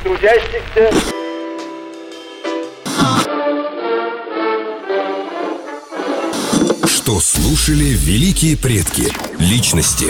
трудящихся. Что слушали великие предки, личности.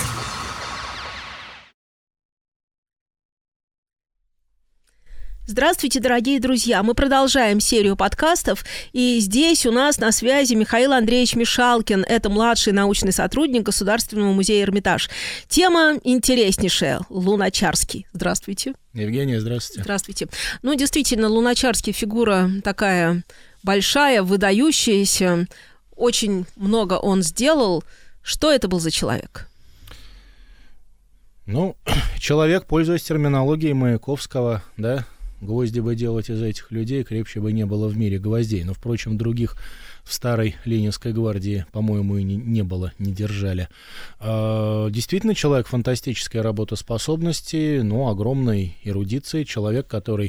Здравствуйте, дорогие друзья! Мы продолжаем серию подкастов, и здесь у нас на связи Михаил Андреевич Мишалкин. Это младший научный сотрудник Государственного музея «Эрмитаж». Тема интереснейшая – Луначарский. Здравствуйте. Евгения, здравствуйте. Здравствуйте. Ну, действительно, Луначарский фигура такая большая, выдающаяся. Очень много он сделал. Что это был за человек? Ну, человек, пользуясь терминологией Маяковского, да, гвозди бы делать из этих людей, крепче бы не было в мире гвоздей. Но, впрочем, других в старой Ленинской гвардии, по-моему, и не было, не держали. Действительно, человек фантастической работоспособности, но огромной эрудиции. Человек, который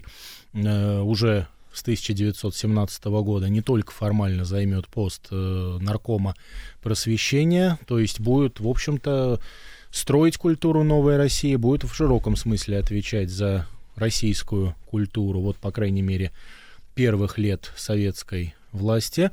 уже с 1917 года не только формально займет пост наркома просвещения, то есть будет, в общем-то, строить культуру новой России, будет в широком смысле отвечать за российскую культуру, вот, по крайней мере, первых лет советской власти.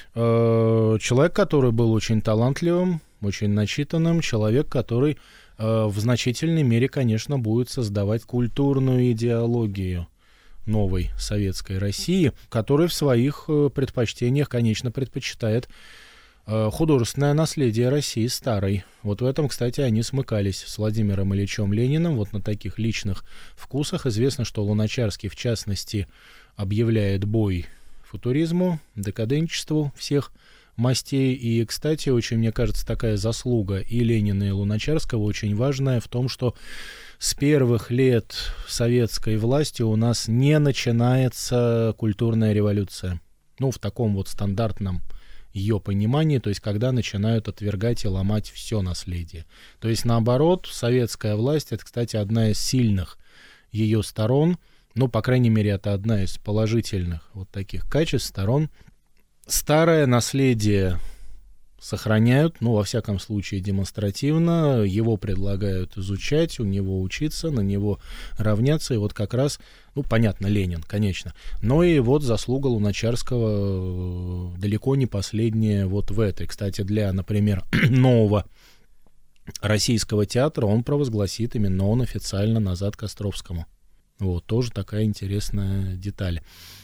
Человек, который был очень талантливым, очень начитанным, человек, который в значительной мере, конечно, будет создавать культурную идеологию новой советской России, который в своих предпочтениях, конечно, предпочитает художественное наследие России старой. Вот в этом, кстати, они смыкались с Владимиром Ильичем Лениным, вот на таких личных вкусах. Известно, что Луначарский, в частности, объявляет бой футуризму, декаденчеству всех мастей. И, кстати, очень, мне кажется, такая заслуга и Ленина, и Луначарского очень важная в том, что с первых лет советской власти у нас не начинается культурная революция. Ну, в таком вот стандартном ее понимании, то есть когда начинают отвергать и ломать все наследие. То есть наоборот, советская власть, это, кстати, одна из сильных ее сторон, ну, по крайней мере, это одна из положительных вот таких качеств, сторон. Старое наследие сохраняют, ну, во всяком случае, демонстративно, его предлагают изучать, у него учиться, на него равняться, и вот как раз, ну, понятно, Ленин, конечно, но и вот заслуга Луначарского далеко не последняя вот в этой. Кстати, для, например, нового российского театра он провозгласит именно он официально назад к Островскому. Вот, тоже такая интересная деталь.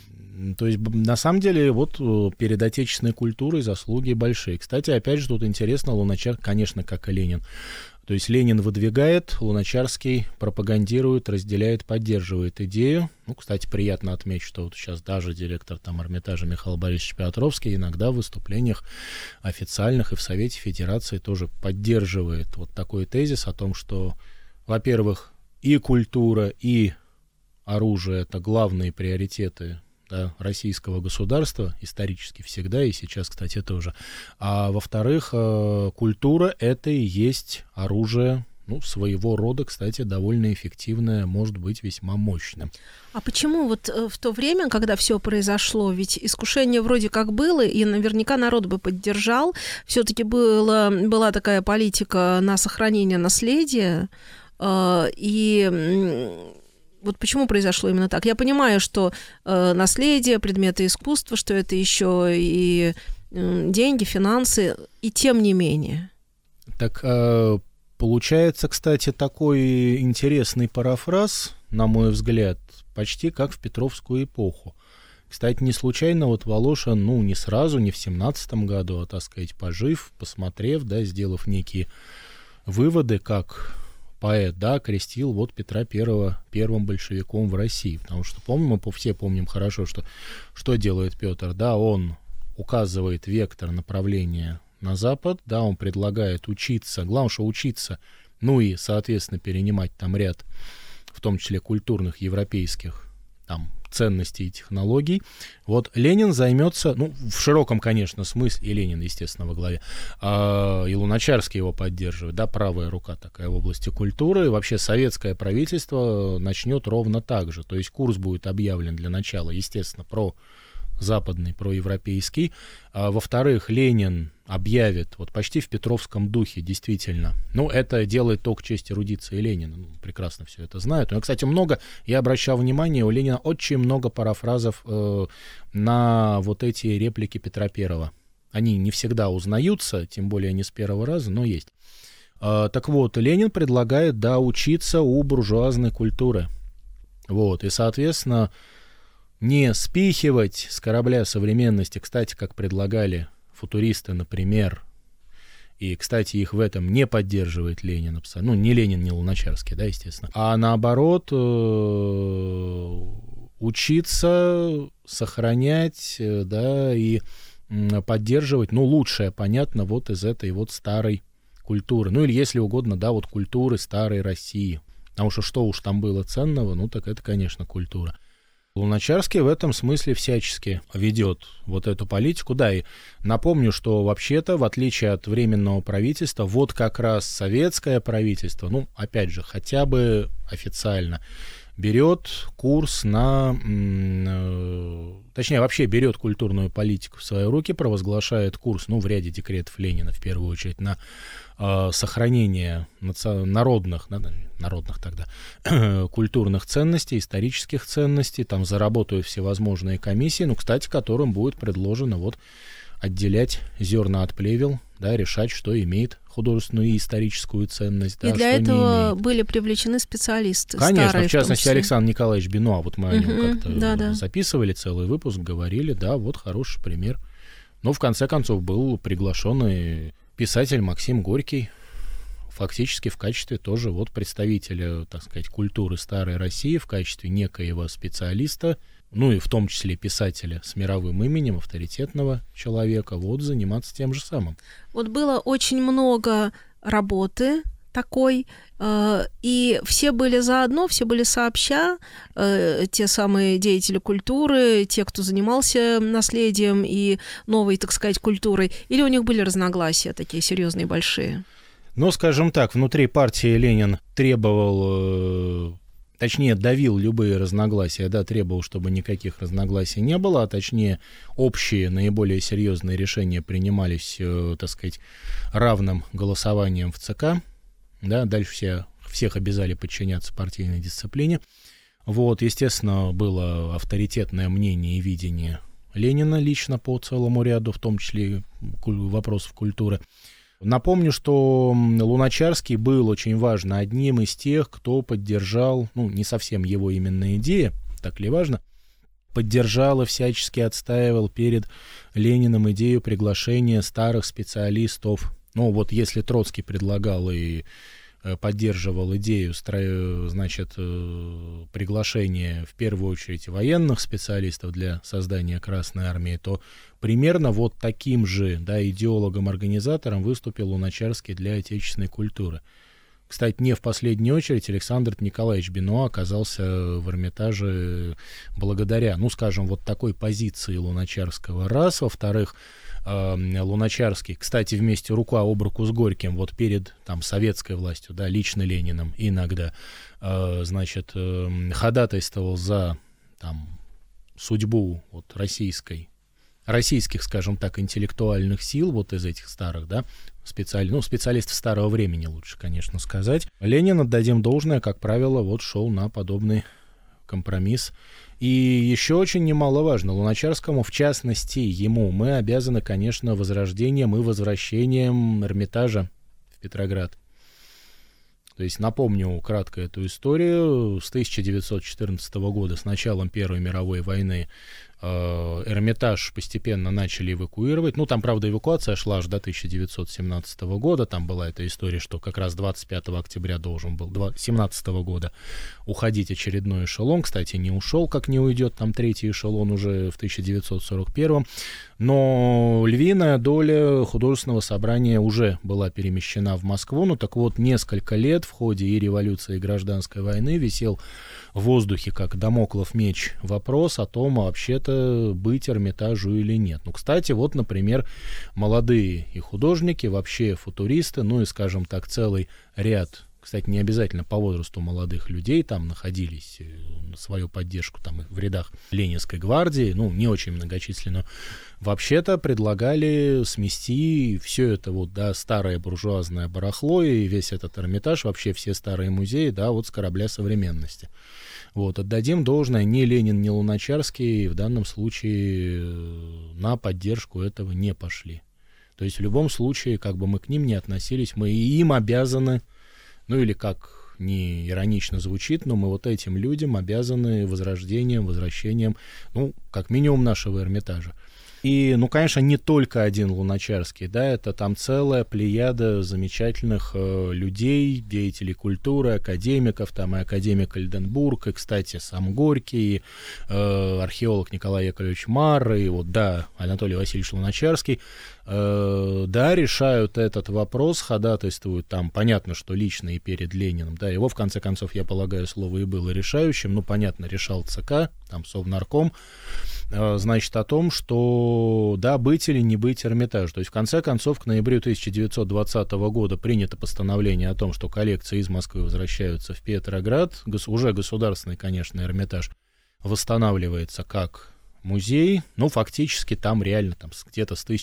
То есть, на самом деле, вот перед отечественной культурой заслуги большие. Кстати, опять же, тут интересно, Луначар, конечно, как и Ленин. То есть Ленин выдвигает, Луначарский пропагандирует, разделяет, поддерживает идею. Ну, кстати, приятно отметить, что вот сейчас даже директор там Эрмитажа Михаил Борисович Петровский иногда в выступлениях официальных и в Совете Федерации тоже поддерживает вот такой тезис о том, что, во-первых, и культура, и оружие — это главные приоритеты, да, российского государства, исторически всегда, и сейчас, кстати, тоже. А во-вторых, культура — это и есть оружие, ну, своего рода, кстати, довольно эффективное, может быть, весьма мощным. А почему вот в то время, когда все произошло, ведь искушение вроде как было, и наверняка народ бы поддержал, все-таки была такая политика на сохранение наследия, и вот почему произошло именно так? Я понимаю, что наследие, предметы искусства, что это еще и деньги, финансы, и тем не менее. Так получается, кстати, такой интересный парафраз, на мой взгляд, почти как в Петровскую эпоху. Кстати, не случайно вот Волошин, ну, не сразу, не в 17-м году, а, так сказать, пожив, посмотрев, да, сделав некие выводы, как поэт, да, крестил вот Петра I первым большевиком в России. Потому что мы все помним хорошо, что делает Петр. Да, он указывает вектор направления на Запад, да, он предлагает учиться, главное, что учиться, ну и, соответственно, перенимать там ряд, в том числе культурных, европейских, там, ценностей и технологий. Вот Ленин займется, ну, в широком, конечно, смысле, и Ленин, естественно, во главе, и Луначарский его поддерживает, да, правая рука такая в области культуры. И вообще советское правительство начнет ровно так же. То есть курс будет объявлен для начала, естественно, про западный, проевропейский. Во-вторых, Ленин объявит, вот почти в петровском духе, действительно. Ну, это делает только честь эрудиции Ленина. Ну, прекрасно все это знают. Но, кстати, я обращал внимание, у Ленина очень много парафразов на вот эти реплики Петра Первого. Они не всегда узнаются, тем более не с первого раза, но есть. Так вот, Ленин предлагает, да, учиться у буржуазной культуры. Вот, и, соответственно, не спихивать с корабля современности, кстати, как предлагали футуристы, например, и, кстати, их в этом не поддерживает Ленин, ну, не Ленин, не Луначарский, да, естественно, а наоборот, учиться, сохранять, да, и поддерживать, ну, лучшее, понятно, вот из этой вот старой культуры, ну, или, если угодно, да, вот культуры старой России, потому что уж там было ценного, ну, так это, конечно, культура. Луначарский в этом смысле всячески ведет вот эту политику. Да, и напомню, что вообще-то, в отличие от Временного правительства, вот как раз советское правительство, ну, опять же, хотя бы официально, берет курс на... Точнее, вообще берет культурную политику в свои руки, провозглашает курс, ну, в ряде декретов Ленина, в первую очередь, на сохранение народных тогда, культурных ценностей, исторических ценностей, там заработают всевозможные комиссии, ну, кстати, которым будет предложено вот отделять зерна от плевел, да, решать, что имеет художественную и историческую ценность. И да, для что этого были привлечены специалисты. Конечно, старые, в частности, в том числе Александр Николаевич Бенуа, вот мы о нем как-то записывали целый выпуск, говорили, да, вот хороший пример. Но в конце концов был приглашен и писатель Максим Горький, фактически в качестве тоже вот представителя, так сказать, культуры старой России, в качестве некоего специалиста, ну и в том числе писателя с мировым именем, авторитетного человека, вот заниматься тем же самым. Вот было очень много работы такой, и все были заодно, все были сообща, те самые деятели культуры, те, кто занимался наследием и новой, так сказать, культурой, или у них были разногласия такие серьезные, большие? Ну, скажем так, внутри партии Ленин требовал, точнее, давил любые разногласия, да, требовал, чтобы никаких разногласий не было, а точнее, общие, наиболее серьезные решения принимались, так сказать, равным голосованием в ЦК, да, дальше всех обязали подчиняться партийной дисциплине. Вот, естественно, было авторитетное мнение и видение Ленина лично по целому ряду, в том числе вопросов культуры. Напомню, что Луначарский был очень важно одним из тех, кто поддержал, ну, не совсем его именная идея, так ли важно, поддержал и всячески отстаивал перед Лениным идею приглашения старых специалистов. Ну, вот если Троцкий предлагал и поддерживал идею, значит, приглашения в первую очередь военных специалистов для создания Красной Армии, то примерно вот таким же, да, идеологом-организатором выступил Луначарский для отечественной культуры. Кстати, не в последнюю очередь Александр Николаевич Бенуа оказался в Эрмитаже благодаря, ну, скажем, вот такой позиции Луначарского, раз. Во-вторых, Луначарский, кстати, вместе рука об руку с Горьким, вот перед там советской властью, да, лично Лениным иногда, значит, ходатайствовал за там судьбу вот российских, скажем так, интеллектуальных сил, вот из этих старых, да, специалистов старого времени, лучше, конечно, сказать. Ленин, отдадим должное, как правило, вот шел на подобный компромисс. И еще очень немаловажно, Луначарскому, в частности, ему мы обязаны, конечно, возрождением и возвращением Эрмитажа в Петроград. То есть, напомню кратко эту историю. С 1914 года, с началом Первой мировой войны, Эрмитаж постепенно начали эвакуировать. Ну, там, правда, эвакуация шла аж до 1917 года. Там была эта история, что как раз 25 октября должен был 1917 года уходить очередной эшелон. Кстати, не ушел, как не уйдет там третий эшелон уже в 1941. Но львиная доля художественного собрания уже была перемещена в Москву. Ну, так вот, несколько лет в ходе и революции, и гражданской войны висел в воздухе, как дамоклов меч, вопрос о том, вообще-то быть Эрмитажу или нет. Ну, кстати, вот, например, молодые и художники, вообще футуристы, ну и, скажем так, целый ряд кстати, не обязательно по возрасту молодых людей, там находились на свою поддержку там, в рядах Ленинской гвардии, ну, не очень многочисленную, вообще-то предлагали смести все это вот, да, старое буржуазное барахло и весь этот Эрмитаж, вообще все старые музеи, да, вот с корабля современности. Вот, отдадим должное, ни Ленин, ни Луначарский в данном случае на поддержку этого не пошли. То есть в любом случае, как бы мы к ним не относились, мы и им обязаны, ну или как не иронично звучит, но мы вот этим людям обязаны возрождением, возвращением, ну, как минимум нашего Эрмитажа. И, ну, конечно, не только один Луначарский, да, это там целая плеяда замечательных людей, деятелей культуры, академиков, там и академик Эльденбург, и, кстати, сам Горький, и, археолог Николай Яковлевич Марр, и вот, да, Анатолий Васильевич Луначарский, да, решают этот вопрос, ходатайствуют там, понятно, что лично и перед Лениным, да, его, в конце концов, я полагаю, слово и было решающим, ну, понятно, решал ЦК, там, Совнарком, значит, о том, что, да, быть или не быть Эрмитажу. То есть, в конце концов, к ноябрю 1920 года принято постановление о том, что коллекции из Москвы возвращаются в Петроград. Уже государственный, конечно, Эрмитаж восстанавливается как музей. Ну, фактически, там реально там, где-то с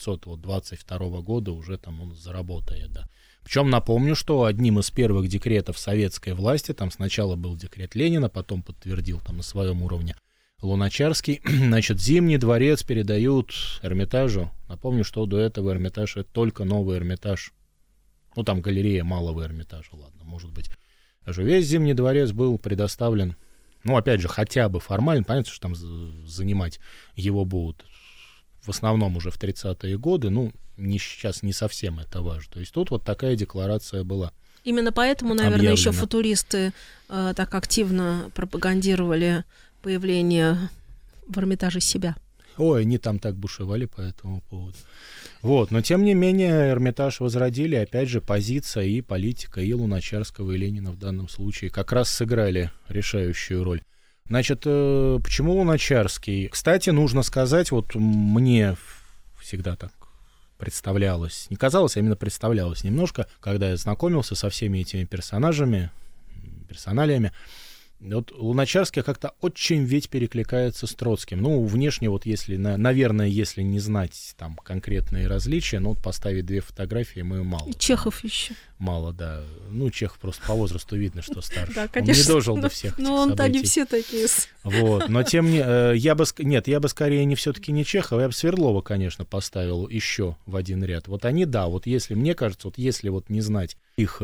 1922 года уже там он заработает, да. Причем напомню, что одним из первых декретов советской власти, там сначала был декрет Ленина, потом подтвердил там на своем уровне Луначарский, значит, Зимний дворец передают Эрмитажу. Напомню, что до этого Эрмитаж — это только новый Эрмитаж. Ну, там галерея малого Эрмитажа, ладно, может быть. Даже весь Зимний дворец был предоставлен, ну, опять же, хотя бы формально, понятно, что там занимать его будут в основном уже в 30-е годы, ну, сейчас не совсем это важно. То есть тут вот такая декларация была. Именно поэтому, наверное, еще футуристы так активно пропагандировали появление в Эрмитаже себя. Ой, они там так бушевали по этому поводу. Вот, но тем не менее Эрмитаж возродили, опять же, позиция и политика и Луначарского, и Ленина в данном случае как раз сыграли решающую роль. Значит, почему Луначарский? Кстати, нужно сказать, вот мне всегда так представлялось, не казалось, а именно представлялось немножко, когда я знакомился со всеми этими персонажами, персоналиями, вот Луначарский как-то очень ведь перекликается с Троцким. Ну, внешне, вот если, наверное, если не знать там конкретные различия, ну, вот поставить две фотографии мы мало. И Чехов еще. Мало, да. Ну, Чехов просто по возрасту видно, что старше. Да, конечно. Он не дожил до всех этих событий. Ну, он-то не все такие. Вот, но тем не... я бы скорее не все-таки не Чехова, я бы Свердлова, конечно, поставил еще в один ряд. Вот они, да, вот если, мне кажется, вот если вот не знать их...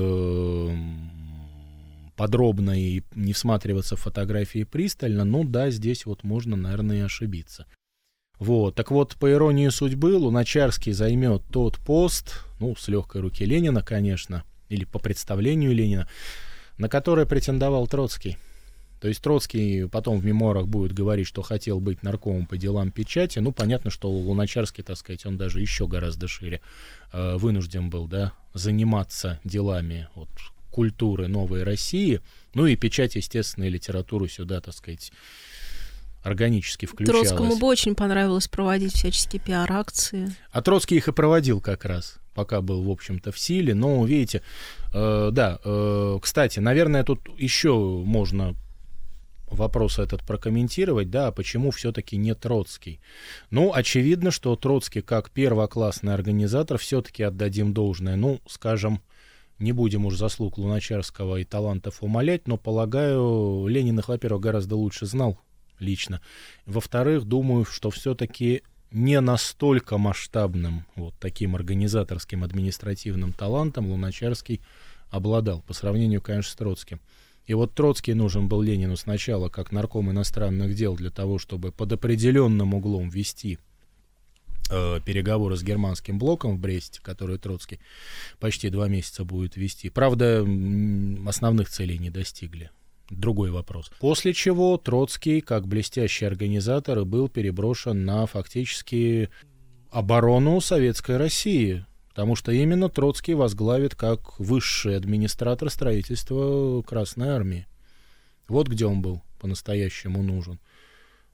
подробно и не всматриваться в фотографии пристально, ну да, здесь вот можно, наверное, и ошибиться. Вот, так вот, по иронии судьбы, Луначарский займет тот пост, ну, с легкой руки Ленина, конечно, или по представлению Ленина, на который претендовал Троцкий. То есть Троцкий потом в мемуарах будет говорить, что хотел быть наркомом по делам печати. Ну, понятно, что Луначарский, так сказать, он даже еще гораздо шире вынужден был, да, заниматься делами вот, культуры новой России, ну и печать, естественно, и литературу сюда, так сказать, органически включалась. Троцкому бы очень понравилось проводить всяческие пиар-акции. А Троцкий их и проводил как раз, пока был, в общем-то, в силе. Но, видите, кстати, наверное, тут еще можно вопрос этот прокомментировать, да, почему все-таки не Троцкий. Ну, очевидно, что Троцкий, как первоклассный организатор, все-таки отдадим должное, ну, скажем, не будем уж заслуг Луначарского и талантов умалять, но, полагаю, Ленин их, во-первых, гораздо лучше знал лично. Во-вторых, думаю, что все-таки не настолько масштабным вот таким организаторским административным талантом Луначарский обладал, по сравнению, конечно, с Троцким. И вот Троцкий нужен был Ленину сначала как нарком иностранных дел для того, чтобы под определенным углом вести переговоры с германским блоком в Бресте, который Троцкий почти 2 месяца будет вести. Правда, основных целей не достигли. Другой вопрос. После чего Троцкий, как блестящий организатор, был переброшен на фактически оборону Советской России, потому что именно Троцкий возглавит как высший администратор строительства Красной Армии. Вот где он был по-настоящему нужен.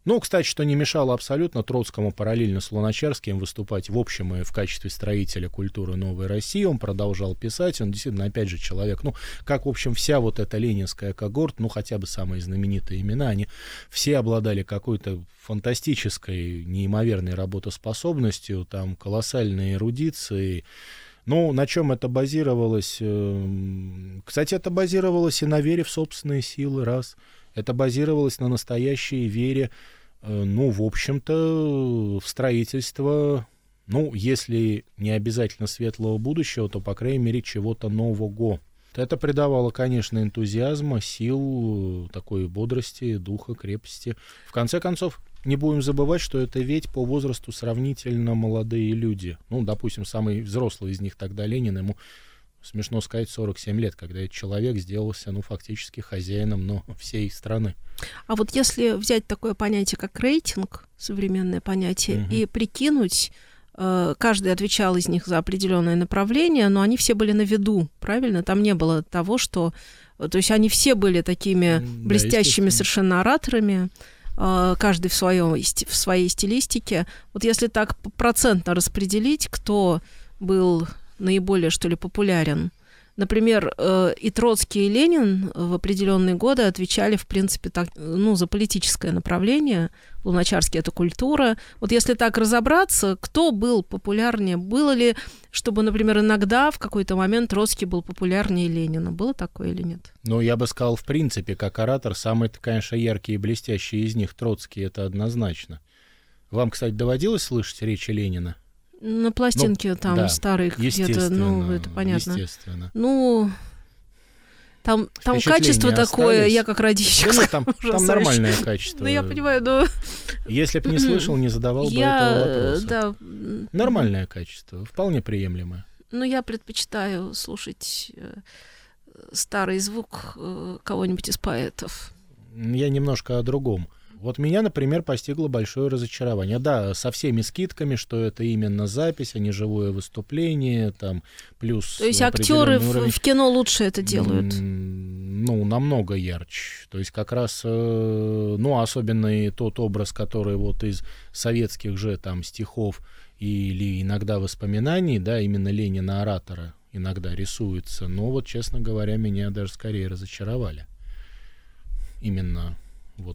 Ну, кстати, что не мешало абсолютно Троцкому параллельно с Луначарским выступать в общем и в качестве строителя культуры Новой России. Он продолжал писать. Он действительно, опять же, человек, ну, как, в общем, вся вот эта ленинская когорта, ну, хотя бы самые знаменитые имена, они все обладали какой-то фантастической, неимоверной работоспособностью, там, колоссальной эрудицией. Ну, на чем это базировалось? Кстати, это базировалось и на вере в собственные силы, раз. Это базировалось на настоящей вере, ну, в общем-то, в строительство, ну, если не обязательно светлого будущего, то, по крайней мере, чего-то нового. Это придавало, конечно, энтузиазма, сил, такой бодрости, духа, крепости. В конце концов, не будем забывать, что это ведь по возрасту сравнительно молодые люди. Ну, допустим, самый взрослый из них тогда Ленин, ему, смешно сказать, 47 лет, когда этот человек сделался, ну, фактически хозяином, ну, всей страны. А вот если взять такое понятие, как рейтинг, современное понятие, и прикинуть, каждый отвечал из них за определенное направление, но они все были на виду, правильно? Там не было того, что... То есть они все были такими блестящими совершенно ораторами, каждый в своей стилистике. Вот если так процентно распределить, кто был наиболее, что ли, популярен. Например, и Троцкий, и Ленин в определенные годы отвечали, в принципе, так, ну, за политическое направление. Луначарский — это культура. Вот если так разобраться, кто был популярнее? Было ли, чтобы, например, иногда в какой-то момент Троцкий был популярнее Ленина? Было такое или нет? Ну, я бы сказал, в принципе, как оратор, самый, конечно, яркий и блестящий из них Троцкий, это однозначно. Вам, кстати, доводилось слышать речи Ленина? На пластинке там да, старых где-то, ну, это понятно. Естественно. Ну, там качество такое, я как радищик. Да, там нормальное качество. Ну, я понимаю, но... Если бы не слышал, не задавал бы этого вопроса. Да. Нормальное качество, вполне приемлемое. Ну, я предпочитаю слушать старый звук кого-нибудь из поэтов. Я немножко о другом. Вот меня, например, постигло большое разочарование. Да, со всеми скидками, что это именно запись, а не живое выступление, там, плюс... То есть актеры в кино лучше это делают? Ну, намного ярче. То есть как раз, ну, особенно и тот образ, который вот из советских же там стихов или иногда воспоминаний, да, именно Ленина-оратора иногда рисуется. Но вот, честно говоря, меня даже скорее разочаровали. Именно вот...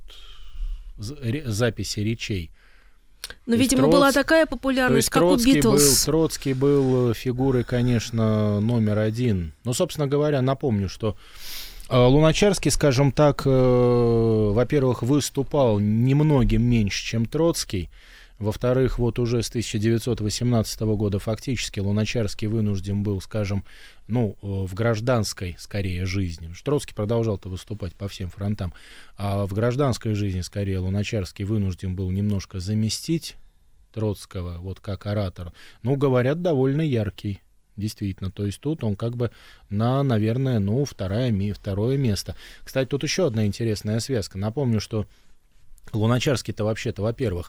записи речей. Но, видимо, была такая популярность, как у Битлз. Троцкий был фигурой, конечно, номер один. Но, собственно говоря, напомню, что Луначарский, скажем так, во-первых, выступал немногим меньше, чем Троцкий. Во-вторых, вот уже с 1918 года фактически Луначарский вынужден был, скажем, ну, в гражданской, скорее, жизни. Троцкий продолжал-то выступать по всем фронтам. А в гражданской жизни, скорее, Луначарский вынужден был немножко заместить Троцкого, вот как оратор. Ну, говорят, довольно яркий. Действительно, то есть тут он как бы на, наверное, ну, второе место. Кстати, тут еще одна интересная связка. Напомню, что Луначарский-то вообще-то, во-первых,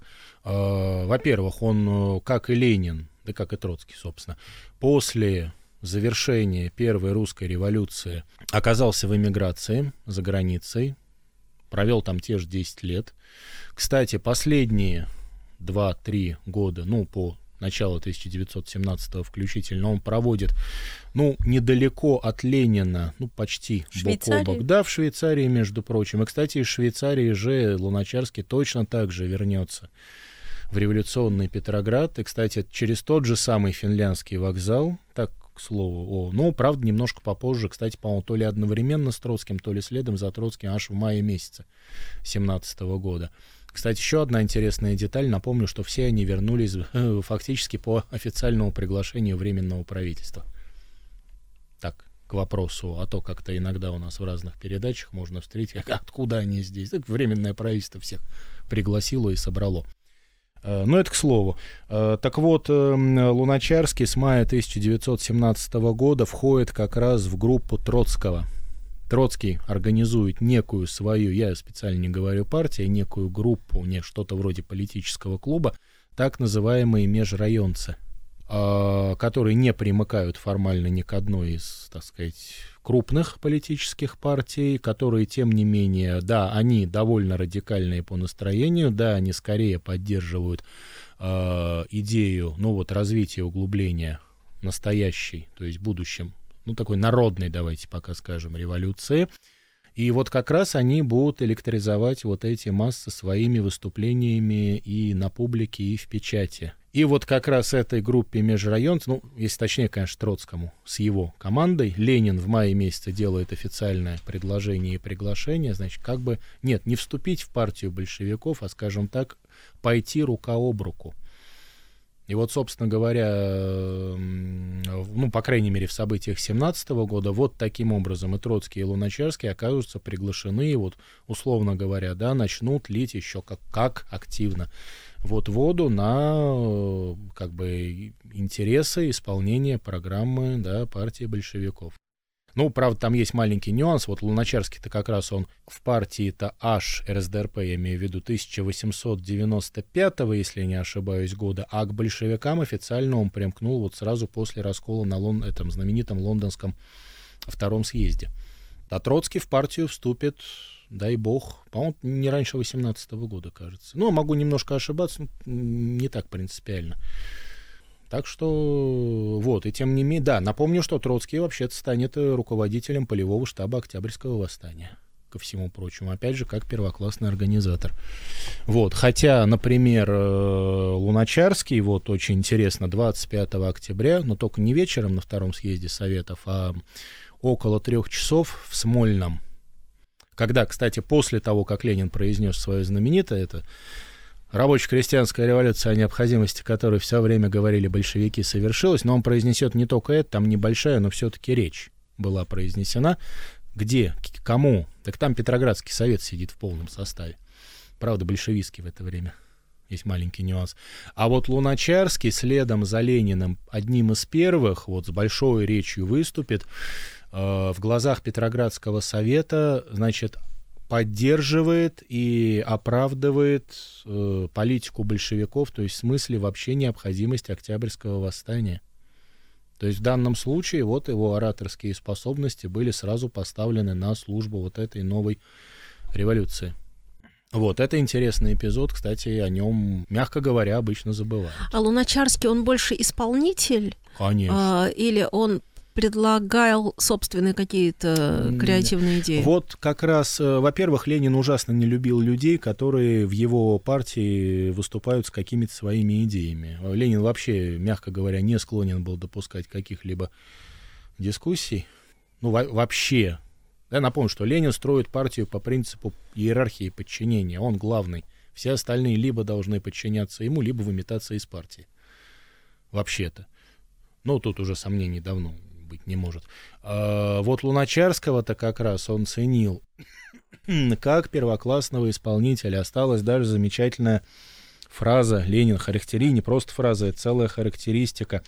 он, как и Ленин, да как и Троцкий, собственно, после завершения Первой русской революции оказался в эмиграции за границей, провел там те же 10 лет. Кстати, последние 2-3 года, ну, по началу 1917 включительно, он проводит, ну, недалеко от Ленина, ну, почти бок о бок. Да, в Швейцарии, между прочим. И, кстати, из Швейцарии же Луначарский точно так же вернется в революционный Петроград. И, кстати, через тот же самый финляндский вокзал, так, к слову, ну, правда, немножко попозже, кстати, по-моему, то ли одновременно с Троцким, то ли следом за Троцким, аж в мае месяце 1917 года. Кстати, еще одна интересная деталь. Напомню, что все они вернулись фактически по официальному приглашению Временного правительства. Так, к вопросу, а то как-то иногда у нас в разных передачах можно встретить, откуда они здесь. Так, Временное правительство всех пригласило и собрало. Но это к слову. Так вот, Луначарский с мая 1917 года входит как раз в группу Троцкого. Троцкий организует некую свою, я специально не говорю партию, некую группу, не что-то вроде политического клуба, так называемые межрайонцы. которые не примыкают формально ни к одной из, так сказать, крупных политических партий, которые, тем не менее, да, они довольно радикальные по настроению, да, они скорее поддерживают идею, развития, углубления настоящей, то есть будущем, такой народной, давайте пока скажем, революции. И вот как раз они будут электризовать вот эти массы своими выступлениями и на публике, и в печати. И вот как раз этой группе межрайонцев, если точнее, конечно, Троцкому, с его командой, Ленин в мае месяце делает официальное предложение и приглашение, значит, не вступить в партию большевиков, а, скажем так, пойти рука об руку. И вот, собственно говоря, по крайней мере, в событиях 17 года, вот таким образом и Троцкий, и Луначарский окажутся приглашены, и условно говоря, да, начнут лить еще как активно воду на интересы исполнения программы, да, партии большевиков. Правда, там есть маленький нюанс. Луначарский-то как раз он в партии-то аж РСДРП, я имею в виду, 1895, если не ошибаюсь, года, а к большевикам официально он примкнул сразу после раскола на этом знаменитом лондонском втором съезде. А Троцкий в партию вступит, дай бог, по-моему, не раньше 18 года, кажется. Могу немножко ошибаться, не так принципиально. Так что, и тем не менее, да, напомню, что Троцкий вообще-то станет руководителем полевого штаба Октябрьского восстания, ко всему прочему, опять же, как первоклассный организатор. Хотя, например, Луначарский, очень интересно, 25 октября, но только не вечером на втором съезде Советов, а около 3 часов в Смольном, когда, кстати, после того, как Ленин произнес свое знаменитое это рабоче-крестьянская революция, о необходимости которой все время говорили большевики, совершилась, но он произнесет не только это, там небольшая, но все-таки речь была произнесена. Где? Кому? Так там Петроградский совет сидит в полном составе. Правда, большевистский в это время. Есть маленький нюанс. А Луначарский следом за Лениным одним из первых с большой речью выступит. В глазах Петроградского совета, значит, поддерживает и оправдывает политику большевиков, то есть в смысле вообще необходимости Октябрьского восстания. То есть в данном случае его ораторские способности были сразу поставлены на службу этой новой революции. Это интересный эпизод, кстати, о нем, мягко говоря, обычно забывают. А Луначарский, он больше исполнитель? Конечно. Или он предлагал собственные какие-то креативные идеи? Как раз, во-первых, Ленин ужасно не любил людей, которые в его партии выступают с какими-то своими идеями. Ленин вообще, мягко говоря, не склонен был допускать каких-либо дискуссий. Вообще. Я напомню, что Ленин строит партию по принципу иерархии подчинения. Он главный. Все остальные либо должны подчиняться ему, либо выметаться из партии. Вообще-то. Тут уже сомнений давно быть не может. Луначарского-то как раз он ценил как первоклассного исполнителя. Осталась даже замечательная фраза Ленин, не просто фраза, это целая характеристика.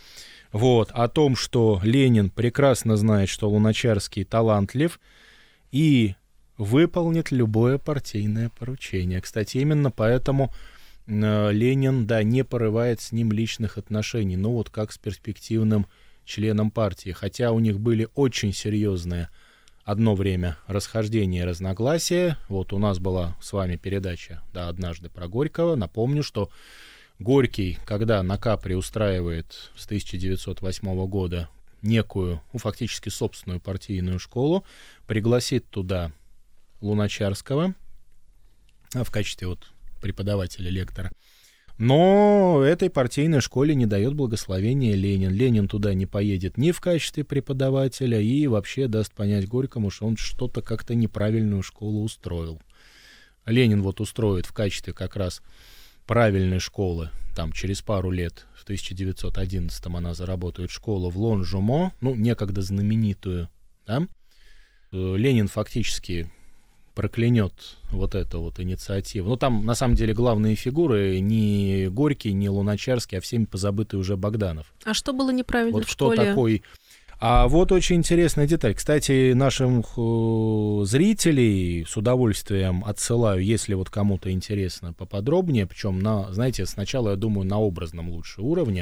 О том, что Ленин прекрасно знает, что Луначарский талантлив и выполнит любое партийное поручение. Кстати, именно поэтому Ленин, не порывает с ним личных отношений, как с перспективным членом партии, хотя у них были очень серьезные одно время расхождения и разногласия. У нас была с вами передача однажды про Горького. Напомню, что Горький, когда на Капри устраивает с 1908 года некую, фактически собственную партийную школу, пригласит туда Луначарского в качестве преподавателя, лектора. Но этой партийной школе не дает благословения Ленин. Ленин туда не поедет ни в качестве преподавателя и вообще даст понять Горькому, что он что-то как-то неправильную школу устроил. Ленин устроит в качестве как раз правильной школы, через пару лет, в 1911-м она заработает школу в Лон-Жумо, некогда знаменитую, да? Ленин фактически проклянет эту инициативу. Там, на самом деле, главные фигуры не Горький, не Луначарский, а всеми позабытый уже Богданов. А что было неправильно в школе? Кто такой? А очень интересная деталь. Кстати, нашим зрителей с удовольствием отсылаю, если кому-то интересно поподробнее, причем сначала, я думаю, на образном лучше уровне,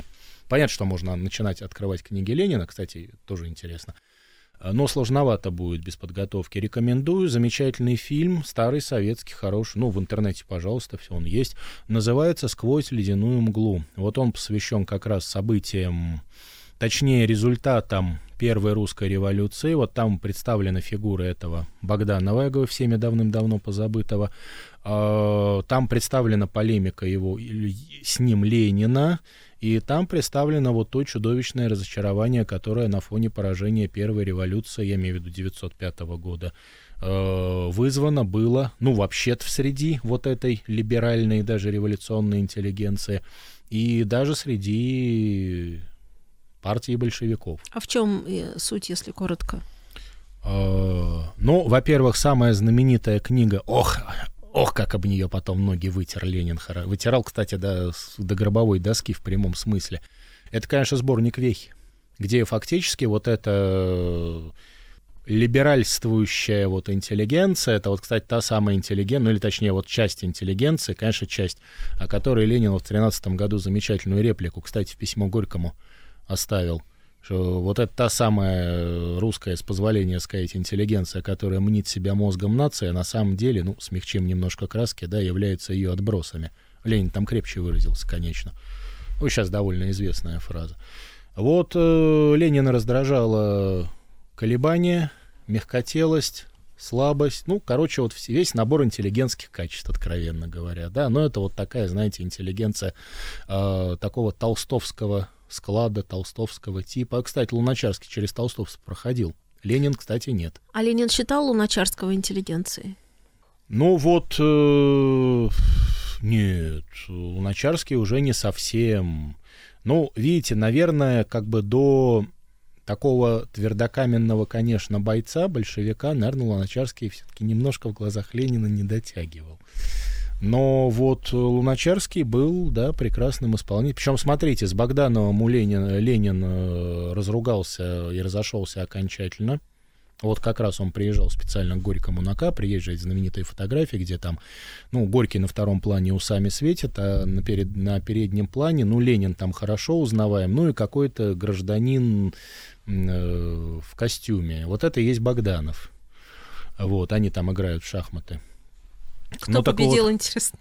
Понятно, что можно начинать открывать книги Ленина, кстати, тоже интересно. Но сложновато будет без подготовки. Рекомендую. Замечательный фильм, старый, советский, хороший. В интернете, пожалуйста, все он есть. Называется «Сквозь ледяную мглу». Вот он посвящен как раз событиям, точнее, результатам Первой русской революции. Вот там представлена фигура этого Богданова, всеми давным-давно позабытого. Там представлена полемика его с ним Ленина. И там представлено вот то чудовищное разочарование, которое на фоне поражения Первой революции, я имею в виду 1905 года, вызвано было, вообще-то среди вот этой либеральной, даже революционной интеллигенции, и даже среди партии большевиков. А в чем суть, если коротко? Во-первых, самая знаменитая книга, Ох, как об нее потом ноги вытер Ленин. Вытирал, кстати, до гробовой доски в прямом смысле. Это, конечно, сборник «Вехи», где фактически вот эта либеральствующая вот интеллигенция, это вот, кстати, та самая интеллигенция, или точнее вот часть интеллигенции, конечно, часть, о которой Ленин в 1913 году замечательную реплику, кстати, в письмо Горькому оставил. Что вот это та самая русская, с позволения сказать, интеллигенция, которая мнит себя мозгом нации, а на самом деле, смягчим немножко краски, является ее отбросами. Ленин там крепче выразился, конечно. Сейчас довольно известная фраза. Вот Ленина раздражало колебание, мягкотелость, слабость, вот весь набор интеллигентских качеств, откровенно говоря, но это вот такая, знаете, интеллигенция такого толстовского склада, толстовского типа. Кстати, Луначарский через толстовцев проходил. Ленин, кстати, нет. А Ленин считал Луначарского интеллигенцией? Нет, Луначарский уже не совсем. Видите, наверное, до такого твердокаменного, конечно, бойца, большевика, наверное, Луначарский все-таки немножко в глазах Ленина не дотягивал. Но вот Луначарский был, прекрасным исполнителем. Причем, смотрите, с Богдановым Ленин разругался и разошелся окончательно. Вот как раз он приезжал специально к Горькому на К, приезжает знаменитые фотографии, где там, Горький на втором плане усами светит, а на переднем плане, Ленин там хорошо узнаваем, и какой-то гражданин в костюме. Вот это и есть Богданов. Вот, они там играют в шахматы. Кто победил, интересно?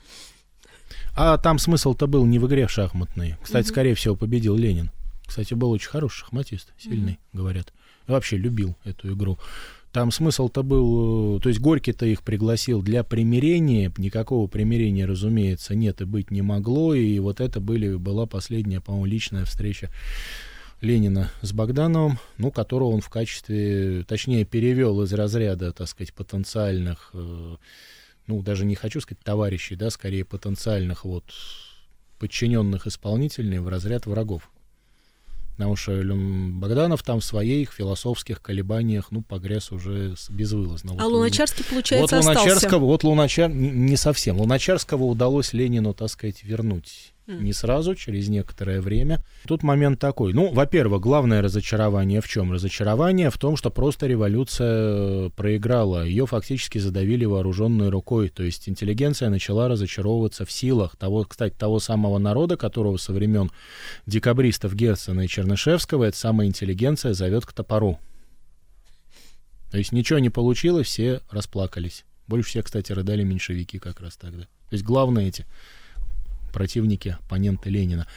А там смысл-то был не в игре шахматной. Кстати, скорее всего, победил Ленин. Кстати, был очень хороший шахматист, сильный, говорят. Я вообще любил эту игру. Там смысл-то был... То есть Горький-то их пригласил для примирения. Никакого примирения, разумеется, нет и быть не могло. И вот это была последняя, по-моему, личная встреча Ленина с Богдановым, которого он в качестве... Точнее, перевел из разряда, так сказать, потенциальных... даже не хочу сказать товарищей, скорее потенциальных подчиненных исполнителей в разряд врагов. Потому что Богданов там в своих философских колебаниях, погряз уже безвылазно. А Луначарский, получается, остался? Не совсем. Луначарского удалось Ленину, так сказать, вернуть. Не сразу, через некоторое время. Тут момент такой. Во-первых, главное разочарование в чем? Разочарование в том, что просто революция проиграла. Ее фактически задавили вооруженной рукой. То есть интеллигенция начала разочаровываться в силах того самого народа, которого со времен декабристов Герцена и Чернышевского эта самая интеллигенция зовет к топору. То есть ничего не получилось, все расплакались. Больше всех, кстати, рыдали меньшевики как раз тогда. То есть главное эти противники, оппоненты Ленина.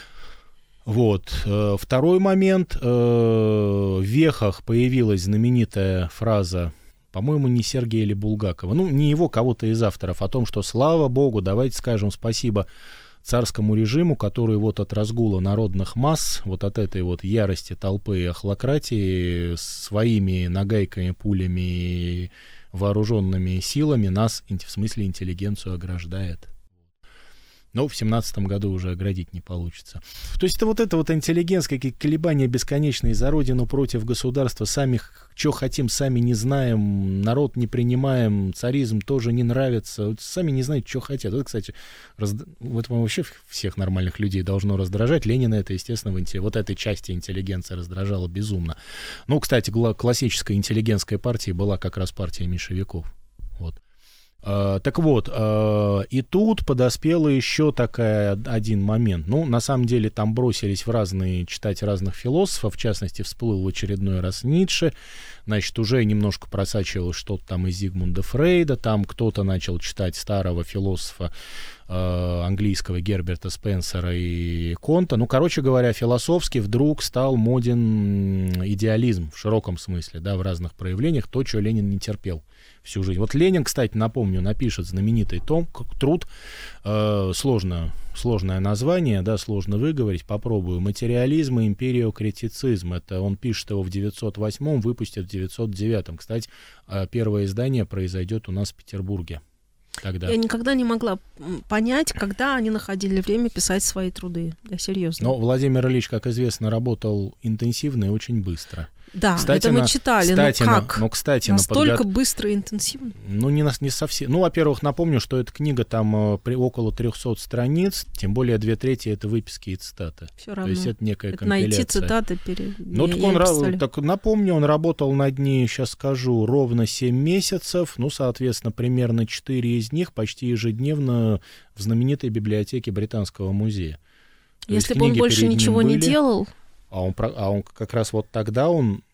Вот. Второй момент. В «Вехах» появилась знаменитая фраза, по-моему, не Сергея или Булгакова, не его, кого-то из авторов, о том, что, слава богу, давайте скажем спасибо царскому режиму, который от разгула народных масс, от этой ярости толпы и охлократии своими нагайками, пулями и вооруженными силами нас, в смысле интеллигенцию, ограждает. Но в 17 году уже оградить не получится. То есть это интеллигентское колебания бесконечные за родину против государства. Сами что хотим, сами не знаем, народ не принимаем, царизм тоже не нравится. Сами не знаете, что хотят. Это, кстати, вообще всех нормальных людей должно раздражать. Ленина это, естественно, этой части интеллигенции раздражало безумно. Кстати, классическая интеллигентская партия была как раз партия меньшевиков. Так вот, и тут подоспел еще один момент. Ну, на самом деле, там бросились читать разных философов, в частности, всплыл в очередной раз Ницше, значит, уже немножко просачивалось что-то там из Зигмунда Фрейда, там кто-то начал читать старого философа английского Герберта Спенсера и Конта. Ну, короче говоря, философски вдруг стал моден идеализм в широком смысле, да, в разных проявлениях, то, чего Ленин не терпел всю жизнь. Вот Ленин, кстати, напомню, напишет знаменитый труд, сложное название, да, сложно выговорить, попробую, «Материализм и империокритицизм». Это он пишет его в 908-м, выпустит в 909-м. Кстати, первое издание произойдет у нас в Петербурге. Тогда. Я никогда не могла понять, когда они находили время писать свои труды. Я серьезно. Но Владимир Ильич, как известно, работал интенсивно и очень быстро. Да, кстати, это мы читали. Кстати, настолько быстро и интенсивно? Ну, не совсем. Ну, во-первых, напомню, что эта книга там около 300 страниц, тем более 2/3 это выписки и цитаты. Все равно. То есть это некая компиляция. Найти цитаты так напомню, он работал над ней, сейчас скажу, ровно 7 месяцев. Ну, соответственно, примерно 4 из них почти ежедневно в знаменитой библиотеке Британского музея. Если бы он больше ничего не делал... А он как раз вот тогда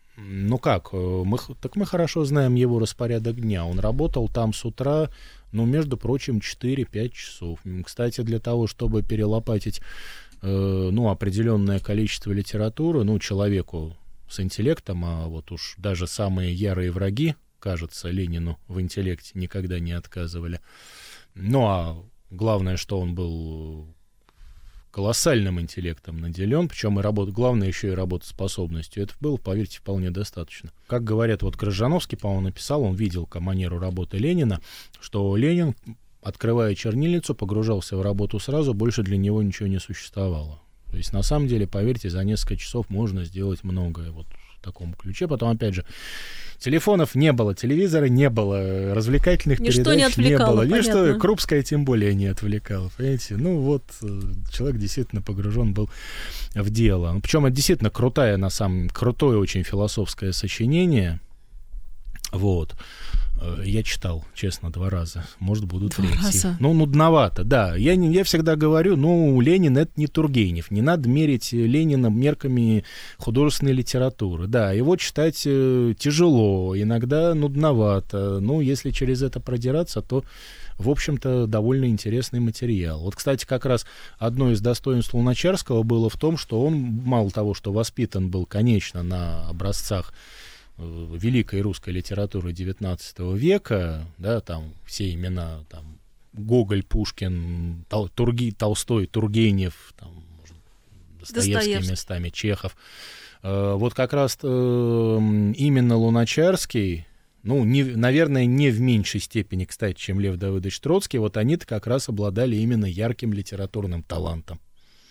мы хорошо знаем его распорядок дня. Он работал там с утра, между прочим, 4-5 часов. Кстати, для того, чтобы перелопатить, определенное количество литературы, человеку с интеллектом, а вот уж даже самые ярые враги, кажется, Ленину в интеллекте никогда не отказывали. А главное, что он был колоссальным интеллектом наделен, причем главное еще и работоспособностью. Это было, поверьте, вполне достаточно. Как говорят, вот Крыжановский, по-моему, написал, он видел манеру работы Ленина, что Ленин, открывая чернильницу, погружался в работу сразу, больше для него ничего не существовало. То есть, на самом деле, поверьте, за несколько часов можно сделать многое вот в таком ключе. Потом, опять же, телефонов не было, телевизора не было, развлекательных передач не было. Ничто, Крупская тем более не отвлекала, понимаете? Человек действительно погружен был в дело. Причем это действительно крутое очень философское сочинение. Вот. Я читал, честно, 2 раза. Может, буду 3. Нудновато, да. Я всегда говорю, Ленин — это не Тургенев. Не надо мерить Ленина мерками художественной литературы. Да, его читать тяжело, иногда нудновато. Если через это продираться, то, в общем-то, довольно интересный материал. Вот, кстати, как раз одно из достоинств Луначарского было в том, что он, мало того, что воспитан был, конечно, на образцах великой русской литературы XIX века, да, там все имена, там, Гоголь, Пушкин, Толстой, Тургенев, там, Достоевский местами, Чехов. Вот как раз именно Луначарский, наверное, не в меньшей степени, кстати, чем Лев Давыдович Троцкий, вот они-то как раз обладали именно ярким литературным талантом.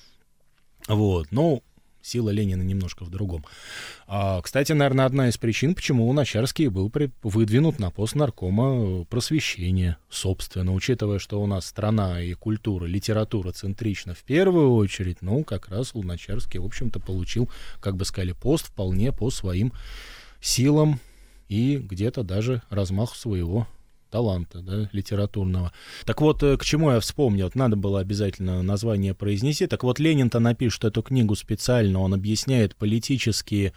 Вот, сила Ленина немножко в другом. Кстати, наверное, одна из причин, почему Луначарский был выдвинут на пост наркома просвещения, собственно, учитывая, что у нас страна и культура, литература центрична в первую очередь, как раз Луначарский, в общем-то, получил, как бы сказали, пост вполне по своим силам и где-то даже размаху своего таланта, да, литературного. Так вот, к чему я вспомнил? Надо было обязательно название произнести. Так вот, Ленин-то напишет эту книгу специально, он объясняет политические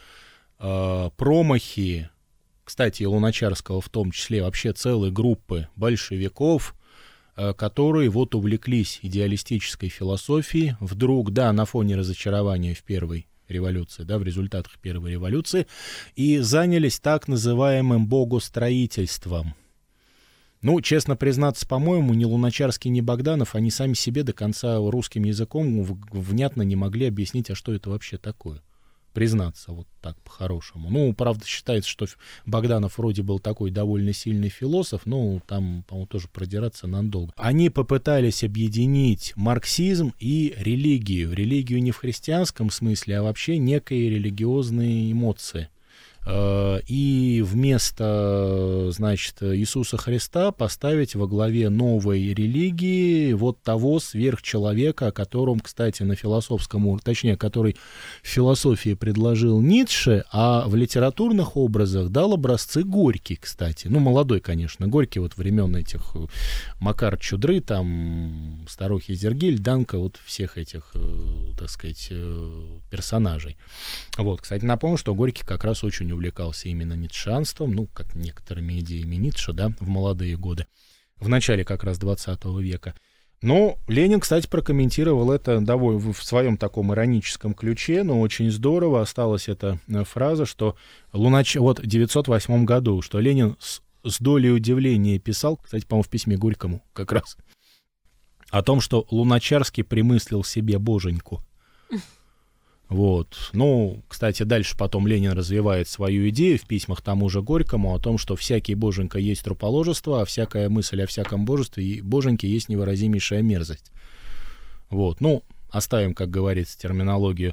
промахи, кстати, и Луначарского в том числе, вообще целой группы большевиков, которые вот увлеклись идеалистической философией, вдруг, да, на фоне разочарования в первой революции, да, в результатах первой революции, и занялись так называемым богостроительством. Честно признаться, по-моему, ни Луначарский, ни Богданов, они сами себе до конца русским языком внятно не могли объяснить, а что это вообще такое. Признаться, вот так по-хорошему. Правда, считается, что Богданов вроде был такой довольно сильный философ, там, по-моему, тоже продираться надолго. Они попытались объединить марксизм и религию. Религию не в христианском смысле, а вообще некие религиозные эмоции. и вместо, значит, Иисуса Христа поставить во главе новой религии вот того сверхчеловека, о котором, кстати, на философском уровне, точнее, который в философии предложил Ницше, а в литературных образах дал образцы Горький, кстати. Ну, молодой, конечно, Горький вот времен этих Макар Чудры, там, Старухи Зергиль, Данка, вот всех этих, так сказать, персонажей. Вот, кстати, напомню, что Горький как раз очень увлекался именно ницшеанством, ну, как некоторыми идеями Ницше, да, в молодые годы, в начале как раз 20 века. Но Ленин, кстати, прокомментировал это довольно в своем таком ироническом ключе, но очень здорово осталась эта фраза, что вот в 908 году, что Ленин с долей удивления писал, кстати, по-моему, в письме Горькому как раз, о том, что Луначарский примыслил себе боженьку. Вот. Ну, кстати, дальше потом Ленин развивает свою идею в письмах тому же Горькому о том, что всякий боженька есть труположество, а всякая мысль о всяком божестве и боженьке есть невыразимейшая мерзость. Вот. Ну, оставим, как говорится, терминологию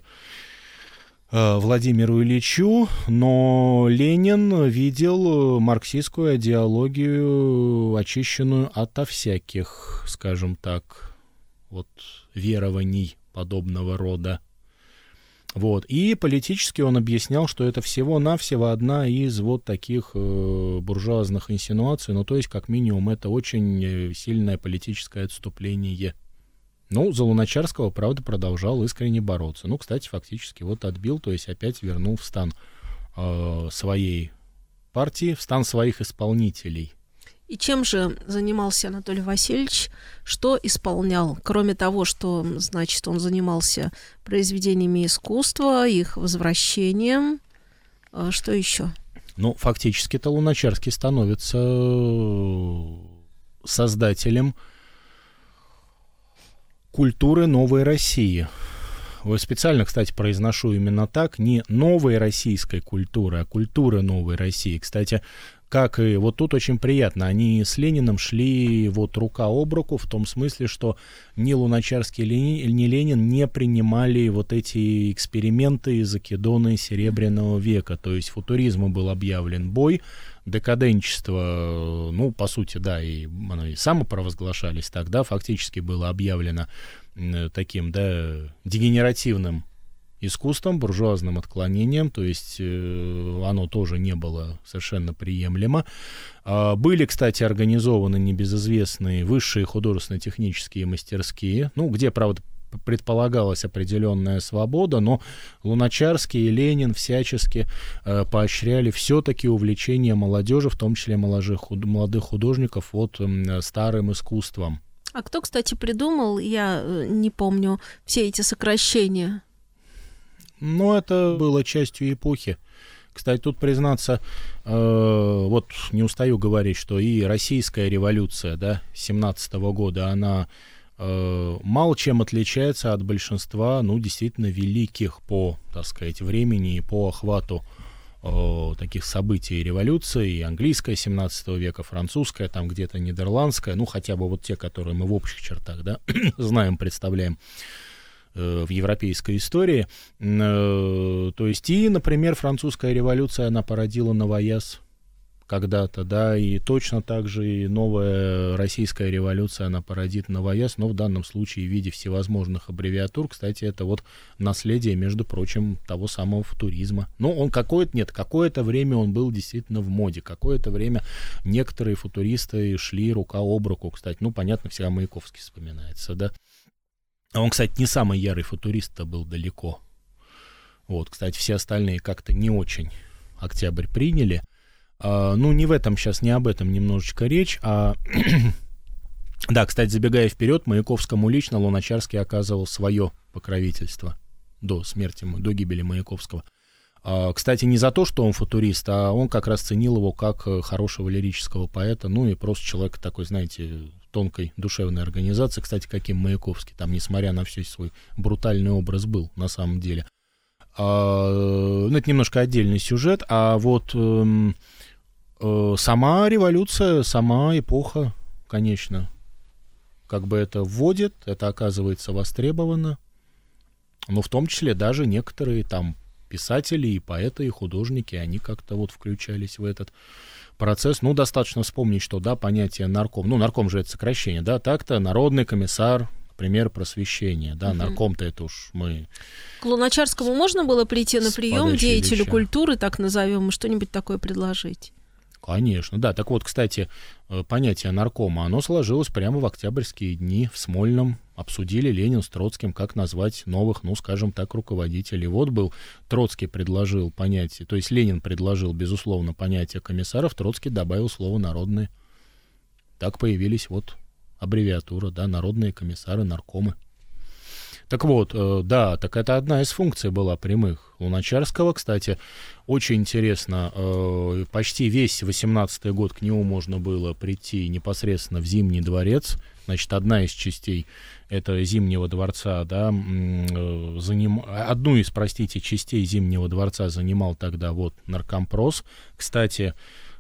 Владимиру Ильичу, но Ленин видел марксистскую идеологию, очищенную ото всяких, скажем так, вот, верований подобного рода. Вот. И политически он объяснял, что это всего-навсего одна из вот таких буржуазных инсинуаций, ну, то есть, как минимум, это очень сильное политическое отступление. Ну, за Луначарского, правда, продолжал искренне бороться. Ну, кстати, фактически вот отбил, то есть опять вернул в стан своей партии, в стан своих исполнителей. И чем же занимался Анатолий Васильевич? Что исполнял? Кроме того, что, значит, он занимался произведениями искусства, их возвращением, что еще? Ну, фактически-то Луначарский становится создателем культуры новой России. Специально, кстати, произношу именно так, не новой российской культуры, а культуры новой России. Кстати, как и вот тут очень приятно, они с Лениным шли вот рука об руку в том смысле, что ни Луначарский, ни Ленин не принимали вот эти эксперименты и закидоны Серебряного века. То есть футуризму был объявлен бой, декаденчество, ну, по сути, да, и самопровозглашались тогда, фактически было объявлено таким, да, дегенеративным искусством, буржуазным отклонением, то есть оно тоже не было совершенно приемлемо. Были, кстати, организованы небезызвестные высшие художественно-технические мастерские, ну, где, правда, предполагалась определенная свобода, но Луначарский и Ленин всячески поощряли все-таки увлечение молодежи, в том числе молодых художников, вот старым искусством. А кто, кстати, придумал, я не помню, все эти сокращения? Ну, это было частью эпохи. Кстати, тут признаться, вот не устаю говорить, что и российская революция, да, 17-го года, она мало чем отличается от большинства, ну, действительно великих по, так сказать, времени и по охвату таких событий революции, и английская 17 века, французская, там где-то нидерландская, ну, хотя бы вот те, которые мы в общих чертах, да, знаем, представляем в европейской истории. То есть и, например, французская революция, она породила новояз когда-то, да, и точно так же и новая российская революция, она породит новояз, но в данном случае в виде всевозможных аббревиатур. Кстати, это вот наследие, между прочим, того самого футуризма. Ну, он какое-то время он был действительно в моде, какое-то время некоторые футуристы шли рука об руку, кстати, ну, понятно, всегда Маяковский вспоминается, да. Он, кстати, не самый ярый футурист-то был далеко. Вот, кстати, все остальные как-то не очень Октябрь приняли. Ну, не об этом немножечко речь, да, кстати, забегая вперед, Маяковскому лично Луначарский оказывал свое покровительство до смерти, до гибели Маяковского. Кстати, не за то, что он футурист, а он как раз ценил его как хорошего лирического поэта, ну и просто человек такой, знаете, тонкой душевной организации, кстати, каким Маяковский, там, несмотря на все свой брутальный образ был, на самом деле. Ну, это немножко отдельный сюжет, а вот сама революция, сама эпоха, конечно, как бы это вводит, это оказывается востребовано, но в том числе даже некоторые там писатели, и поэты, и художники, они как-то вот включались в этот процесс. Ну, достаточно вспомнить, что, да, понятие нарком, ну, нарком же это сокращение, да, так-то народный комиссар, например, просвещения, да, нарком-то это уж мы... К Луначарскому можно было прийти на прием деятелю культуры, так назовем, и что-нибудь такое предложить? Конечно, да. Так вот, кстати, понятие наркома, оно сложилось прямо в октябрьские дни в Смольном. Обсудили Ленин с Троцким, как назвать новых, ну, скажем так, руководителей. Вот был, Троцкий предложил понятие, то есть Ленин предложил, безусловно, понятие комиссаров, Троцкий добавил слово «народные». Так появились вот аббревиатура, да, народные комиссары, наркомы. Так вот, да, так это одна из функций была прямых Луначарского. Кстати, очень интересно, почти весь 18-й год к нему можно было прийти непосредственно в Зимний дворец. Значит, одна из частей этого Зимнего дворца, да, одну из, простите, частей Зимнего дворца занимал тогда вот наркомпрос. Кстати,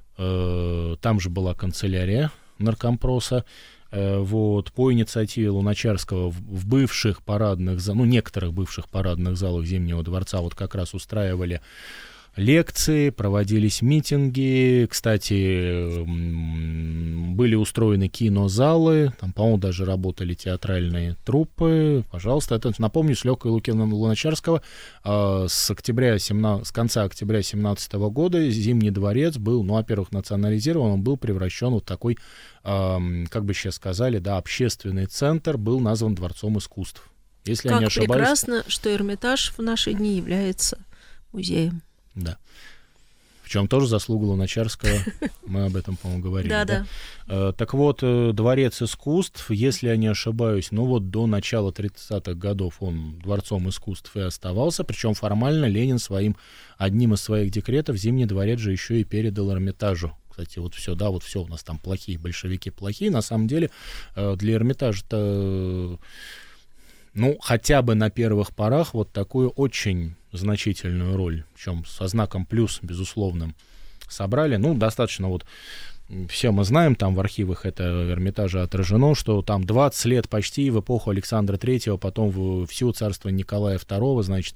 там же была канцелярия наркомпроса. Вот, по инициативе Луначарского в бывших парадных залах, ну, некоторых бывших парадных залах Зимнего дворца вот как раз устраивали лекции, проводились митинги. Кстати, были устроены кинозалы, там, по-моему, даже работали театральные труппы. Пожалуйста, это, напомню, с легкой руки Луначарского с конца октября 17 года Зимний дворец был, ну, во-первых, национализирован, он был превращен в такой, как бы сейчас сказали, да, общественный центр, был назван Дворцом искусств. Если я не ошибаюсь... Как прекрасно, что Эрмитаж в наши дни является музеем. Да. В чем тоже заслуга Луначарского, мы об этом, по-моему, говорили. Да. Так вот, Дворец искусств, если я не ошибаюсь, ну вот до начала 30-х годов он Дворцом искусств и оставался, причем формально Ленин одним из своих декретов Зимний дворец же еще и передал Эрмитажу. Кстати, вот все, да, вот все у нас там плохие, большевики плохие, на самом деле для Эрмитажа-то, ну, хотя бы на первых порах вот такую очень значительную роль, причем со знаком плюс, безусловным, собрали. Ну, достаточно вот, все мы знаем, там в архивах это Эрмитажа отражено, что там 20 лет почти в эпоху Александра III, потом в всю царство Николая II, значит,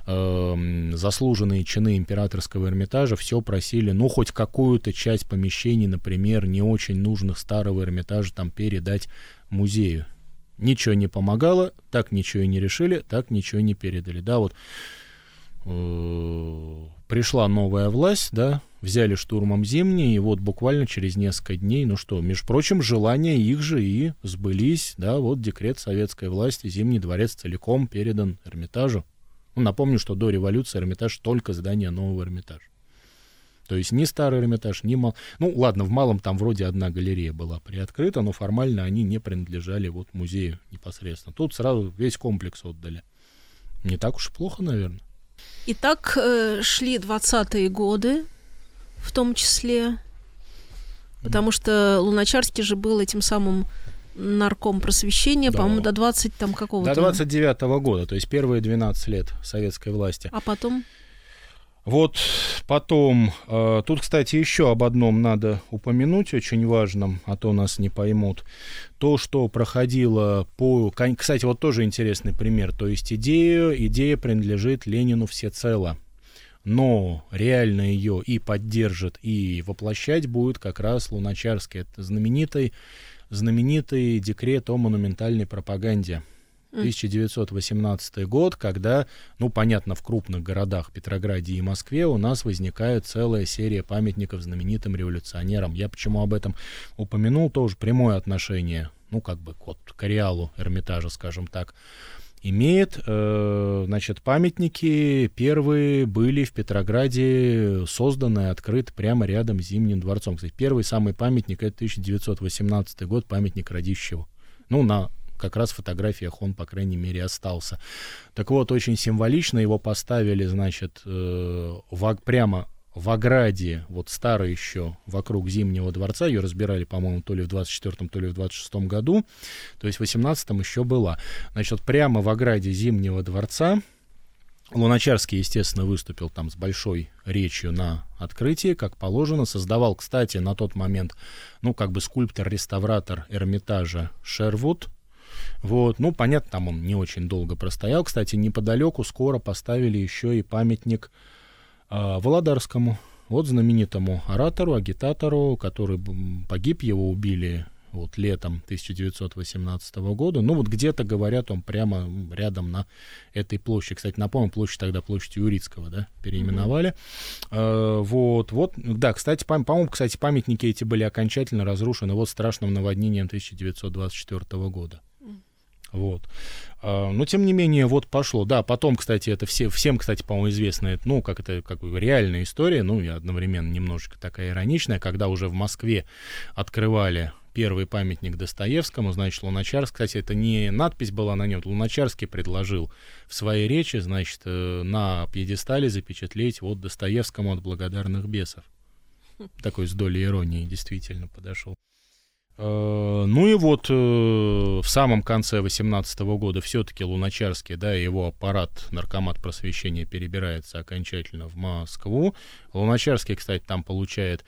заслуженные чины императорского Эрмитажа все просили, ну, хоть какую-то часть помещений, например, не очень нужных старого Эрмитажа там передать музею. Ничего не помогало, так ничего и не решили, так ничего и не передали. Да, вот пришла новая власть, да, взяли штурмом Зимний, и вот буквально через несколько дней, ну что, между прочим, желания их же и сбылись, да, вот декрет советской власти, Зимний дворец целиком передан Эрмитажу. Ну, напомню, что до революции Эрмитаж только здание нового Эрмитажа. То есть ни старый Эрмитаж, ни малый. Ну, ладно, в малом там вроде одна галерея была приоткрыта, но формально они не принадлежали вот музею непосредственно. Тут сразу весь комплекс отдали. Не так уж и плохо, наверное. И так шли 20-е годы, в том числе, потому что Луначарский же был этим самым нарком просвещения, да, по-моему, до 20 там какого-то... До 29-го года, то есть первые 12 лет советской власти. А потом... Вот потом, тут, кстати, еще об одном надо упомянуть, очень важном, а то нас не поймут. То, что проходило по... Кстати, вот тоже интересный пример. То есть идея принадлежит Ленину всецело, но реально ее и поддержит, и воплощать будет как раз Луначарский. Это знаменитый декрет о монументальной пропаганде. 1918 год, когда, ну, понятно, в крупных городах Петрограде и Москве у нас возникает целая серия памятников знаменитым революционерам. Я почему об этом упомянул, тоже прямое отношение, ну, как бы к ареалу Эрмитажа, скажем так, имеет. Значит, памятники первые были в Петрограде созданы и открыты прямо рядом с Зимним дворцом. Кстати, первый самый памятник — это 1918 год, памятник Радищеву. Ну, на как раз в фотографиях он, по крайней мере, остался. Так вот, очень символично его поставили, значит, прямо в ограде, вот старой еще, вокруг Зимнего дворца. Ее разбирали, по-моему, то ли в 24-м, то ли в 26-м году. То есть в 18-м еще была. Значит, прямо в ограде Зимнего дворца Луначарский, естественно, выступил там с большой речью на открытии, как положено. Создавал, кстати, на тот момент, ну, как бы скульптор-реставратор Эрмитажа Шервуд. Вот, ну, понятно, там он не очень долго простоял. Кстати, неподалеку скоро поставили еще и памятник Володарскому, вот знаменитому оратору, агитатору, который погиб, его убили вот летом 1918 года. Ну, вот где-то, говорят, он прямо рядом на этой площади. Кстати, напомню, площадь тогда площадь Юрицкого, да, переименовали. Вот, да, кстати, по-моему, кстати, памятники эти были окончательно разрушены вот страшным наводнением 1924 года. Вот. Но, тем не менее, вот пошло. Да, потом, кстати, это всем, кстати, по-моему, известно, ну, как это, как бы реальная история, ну, и одновременно немножечко такая ироничная, когда уже в Москве открывали первый памятник Достоевскому, значит, Луначарский, кстати, это не надпись была на нем, Луначарский предложил в своей речи, значит, на пьедестале запечатлеть вот Достоевскому от благодарных бесов. Такой с долей иронии действительно подошел. Ну и вот в самом конце 18 года все-таки Луначарский, да, его аппарат, наркомат просвещения перебирается окончательно в Москву. Луначарский, кстати, там получает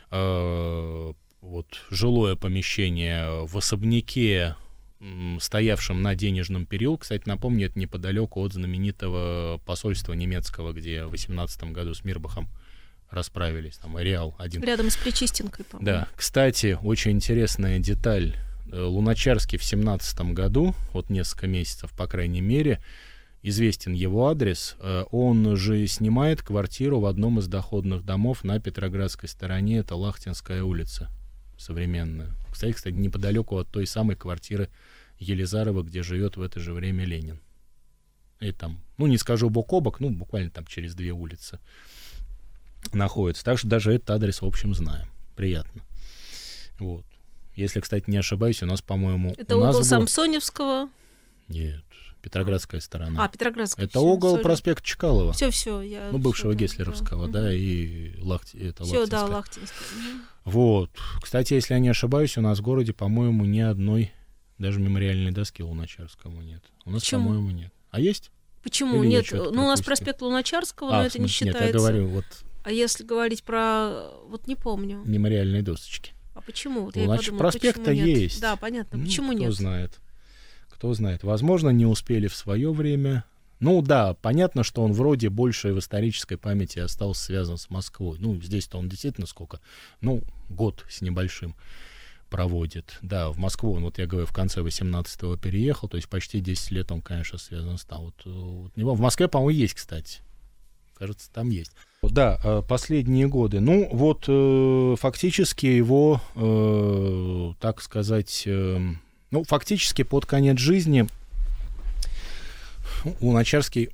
вот жилое помещение в особняке, стоявшем на Денежном переулке. Кстати, напомню, это неподалеку от знаменитого посольства немецкого, где в 18 году с Мирбахом расправились, там ареал один. Рядом с Причистенкой, по-моему. Да, кстати, очень интересная деталь. Луначарский в 17 году, вот несколько месяцев, по крайней мере, известен его адрес. Он же снимает квартиру в одном из доходных домов на Петроградской стороне, это Лахтинская улица современная. Кстати, неподалеку от той самой квартиры Елизарова, где живет в это же время Ленин. И там, ну, не скажу бок о бок, ну, буквально там через 2 улицы находится. Так что даже этот адрес, в общем, знаем. Приятно. Вот. Если, кстати, не ошибаюсь, у нас, по-моему... Это угол Самсоневского? Нет, Петроградская сторона. Петроградская. Это угол проспекта Чкалова. Все, я... Ну, бывшего Геслеровского, да, и Все, Лахтинская. да, Лахтинская. Вот. Кстати, если я не ошибаюсь, у нас в городе, по-моему, ни одной даже мемориальной доски Луначарскому нет. У нас, по-моему, нет. А есть? Почему Или нет? Ну, у нас проспект Луначарского, но это не считается. Нет, я говорю, вот... А если говорить про... Вот не помню. Мемориальные досочки. А почему? Вот проспект-то есть. Да, понятно. Почему кто нет? Знает. Кто знает. Возможно, не успели в свое время. Ну да, понятно, что он вроде больше в исторической памяти остался связан с Москвой. Ну, здесь-то он действительно сколько? Ну, год с небольшим проводит. Да, в Москву он, вот я говорю, в конце 18-го переехал, то есть почти 10 лет он, конечно, связан с там. Вот в Москве, по-моему, есть, кстати. Кажется, там есть. Да, последние годы. Ну, вот фактически его, так сказать, ну, фактически под конец жизни Луначарский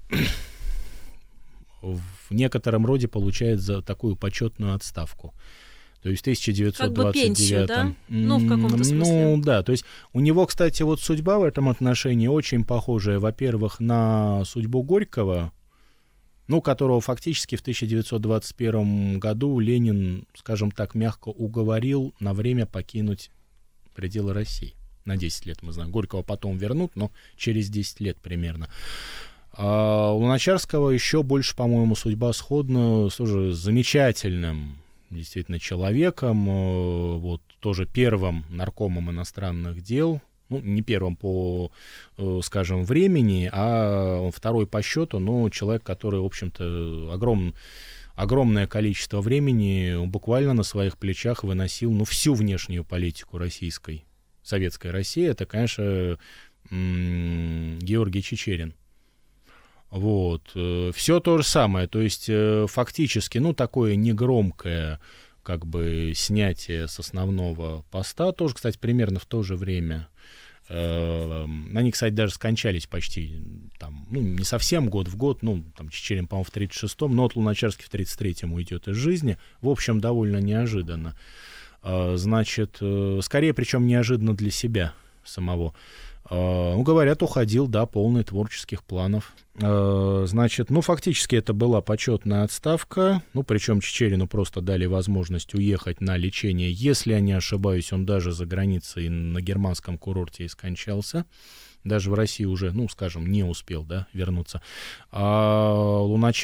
в некотором роде получает за такую почетную отставку. То есть в 1929... Как бы пенсию, да? Ну, в каком-то смысле. Ну, да, то есть у него, кстати, вот судьба в этом отношении очень похожая, во-первых, на судьбу Горького, ну, которого фактически в 1921 году Ленин, скажем так, мягко уговорил на время покинуть пределы России. На 10 лет, мы знаем. Горького потом вернут, но через 10 лет примерно. А у Луначарского еще больше, по-моему, судьба сходна с уже замечательным действительно человеком, вот тоже первым наркомом иностранных дел, ну, не первым по, скажем, времени, а второй по счету, но человек, который, в общем-то, огромное количество времени буквально на своих плечах выносил, ну, всю внешнюю политику советской России. Это, конечно, Георгий Чичерин. Вот. Все то же самое, то есть фактически, ну, такое негромкое, как бы, снятие с основного поста, тоже, кстати, примерно в то же время. Они, кстати, даже скончались почти, там, ну, не совсем год в год, ну, там, Чичерин, по-моему, в 36-м, но вот Луначарский в 33-м уйдет из жизни, в общем, довольно неожиданно. Значит, скорее, причем неожиданно для себя самого. Ну, говорят, уходил, да, полный творческих планов. Значит, ну, фактически это была почетная отставка, ну, причем Чичерину просто дали возможность уехать на лечение. Если я не ошибаюсь, он даже за границей на германском курорте и скончался. Даже в России уже, ну, скажем, не успел, да, вернуться. А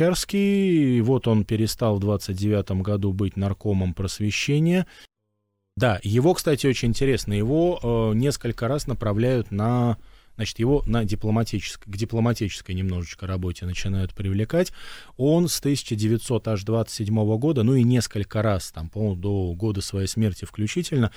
Луначарский, вот он перестал в 29 году быть наркомом просвещения. Да, его, кстати, очень интересно. Его несколько раз направляют на... Значит, его к дипломатической немножечко работе начинают привлекать. Он с 1927 года, ну и несколько раз, там, по-моему, до года своей смерти включительно,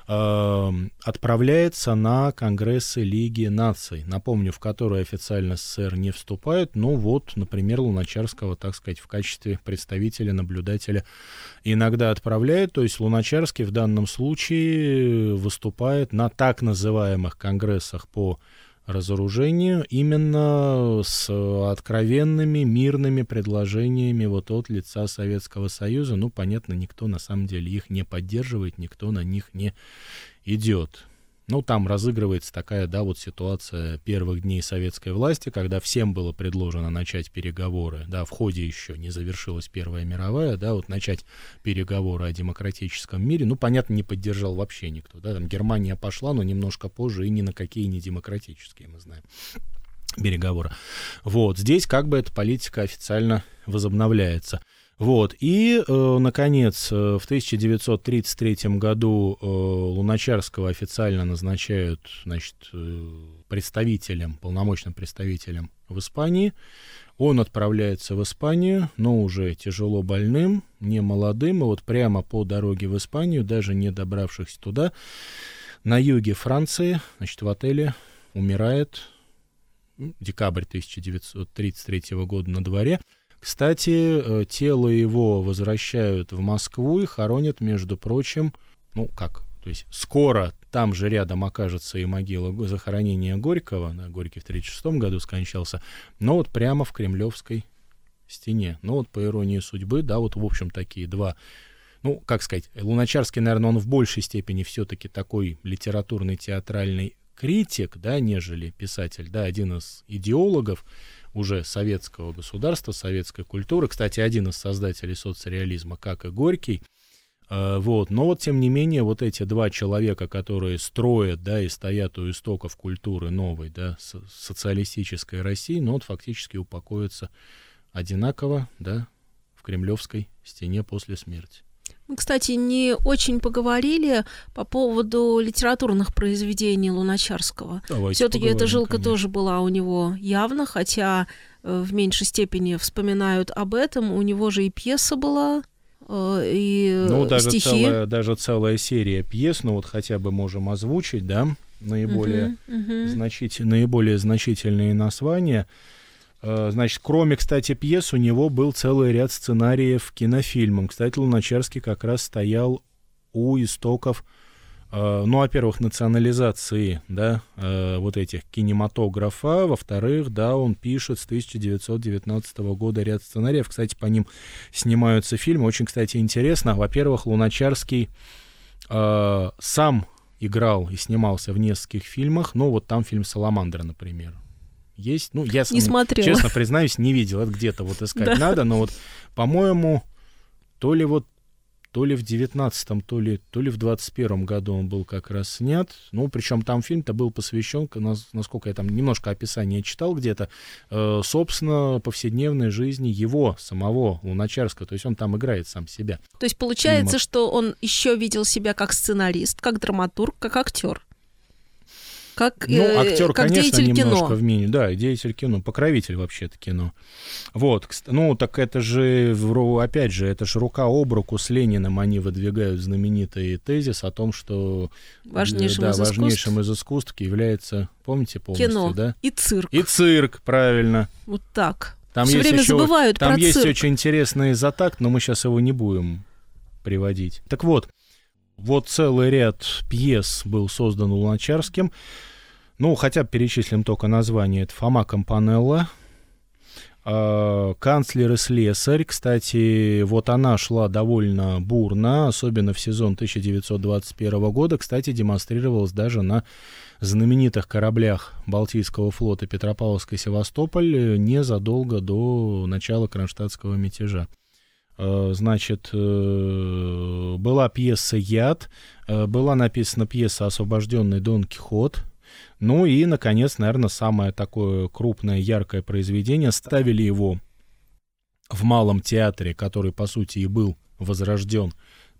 отправляется на конгрессы Лиги наций. Напомню, в которые официально СССР не вступает. Ну вот, например, Луначарского, так сказать, в качестве представителя, наблюдателя иногда отправляет. То есть Луначарский в данном случае выступает на так называемых конгрессах по разоружению именно с откровенными мирными предложениями вот от лица Советского Союза. Ну, понятно, никто на самом деле их не поддерживает, никто на них не идет. Ну, там разыгрывается такая, да, вот ситуация первых дней советской власти, когда всем было предложено начать переговоры, да, в ходе еще не завершилась Первая мировая, да, вот начать переговоры о демократическом мире. Ну, понятно, не поддержал вообще никто, да, там Германия пошла, но немножко позже, и ни на какие не демократические, мы знаем, переговоры. Вот, здесь как бы эта политика официально возобновляется. Вот, и, наконец, в 1933 году Луначарского официально назначают, значит, полномочным представителем в Испании. Он отправляется в Испанию, но уже тяжело больным, не молодым, и вот прямо по дороге в Испанию, даже не добравшись туда, на юге Франции, значит, в отеле умирает, декабрь 1933 года на дворе. Кстати, тело его возвращают в Москву и хоронят, между прочим, ну как, то есть скоро там же рядом окажется и могила захоронения Горького, да, Горький в 1936 году скончался, но вот прямо в Кремлевской стене. Ну вот по иронии судьбы, да, вот в общем такие два, ну как сказать, Луначарский, наверное, он в большей степени все-таки такой литературный театральный критик, да, нежели писатель, да, один из идеологов уже советского государства, советской культуры. Кстати, один из создателей соцреализма, как и Горький. Вот. Но вот, тем не менее, вот эти два человека, которые строят, да, и стоят у истоков культуры новой, да, социалистической России, но вот фактически упокоятся одинаково, да, в Кремлевской стене после смерти. Мы, кстати, не очень поговорили по поводу литературных произведений Луначарского. Все-таки эта жилка тоже была у него явно, хотя в меньшей степени вспоминают об этом. У него же и пьеса была, и стихи. Даже целая серия пьес, ну вот хотя бы можем озвучить, да, наиболее значительные названия. Значит, кроме, кстати, пьес, у него был целый ряд сценариев к кинофильмам. Кстати, Луначарский как раз стоял у истоков, ну, во-первых, национализации, да, вот этих кинематографа, во-вторых, да, он пишет с 1919 года ряд сценариев. Кстати, по ним снимаются фильмы. Очень, кстати, интересно. Во-первых, Луначарский сам играл и снимался в нескольких фильмах. Ну, вот там фильм «Саламандра», например. Есть, ну, я не смотрела. Честно признаюсь, не видел. Это где-то вот искать надо, но вот, по-моему, то ли в 19-м, то ли в 21-м году он был как раз снят. Ну, причем там фильм-то был посвящен, насколько я там немножко описание читал где-то, собственно, повседневной жизни его, самого Луначарского. То есть он там играет сам себя. То есть получается, что он еще видел себя как сценарист, как драматург, как актер. Как, актер, как конечно, деятель немножко кино. в меню. Да, деятель кино, покровитель вообще-то кино. Вот, ну, так это же, опять же, это же рука об руку с Лениным они выдвигают знаменитый тезис о том, что важнейшим из искусств является, помните полностью, кино, да? И цирк. И цирк, правильно. Вот так. Там Все время забывают про цирк. Там есть очень интересный затакт, но мы сейчас его не будем приводить. Так вот целый ряд пьес был создан Луначарским. Ну, хотя бы перечислим только название. Это «Фома Кампанелла», «Канцлер и слесарь». Кстати, вот она шла довольно бурно, особенно в сезон 1921 года. Кстати, демонстрировалась даже на знаменитых кораблях Балтийского флота Петропавловск и Севастополь незадолго до начала кронштадтского мятежа. Значит, была пьеса «Яд», была написана пьеса «Освобожденный Дон Кихот». Ну и, наконец, наверное, самое такое крупное, яркое произведение. Ставили его в Малом театре, который, по сути, и был возрожден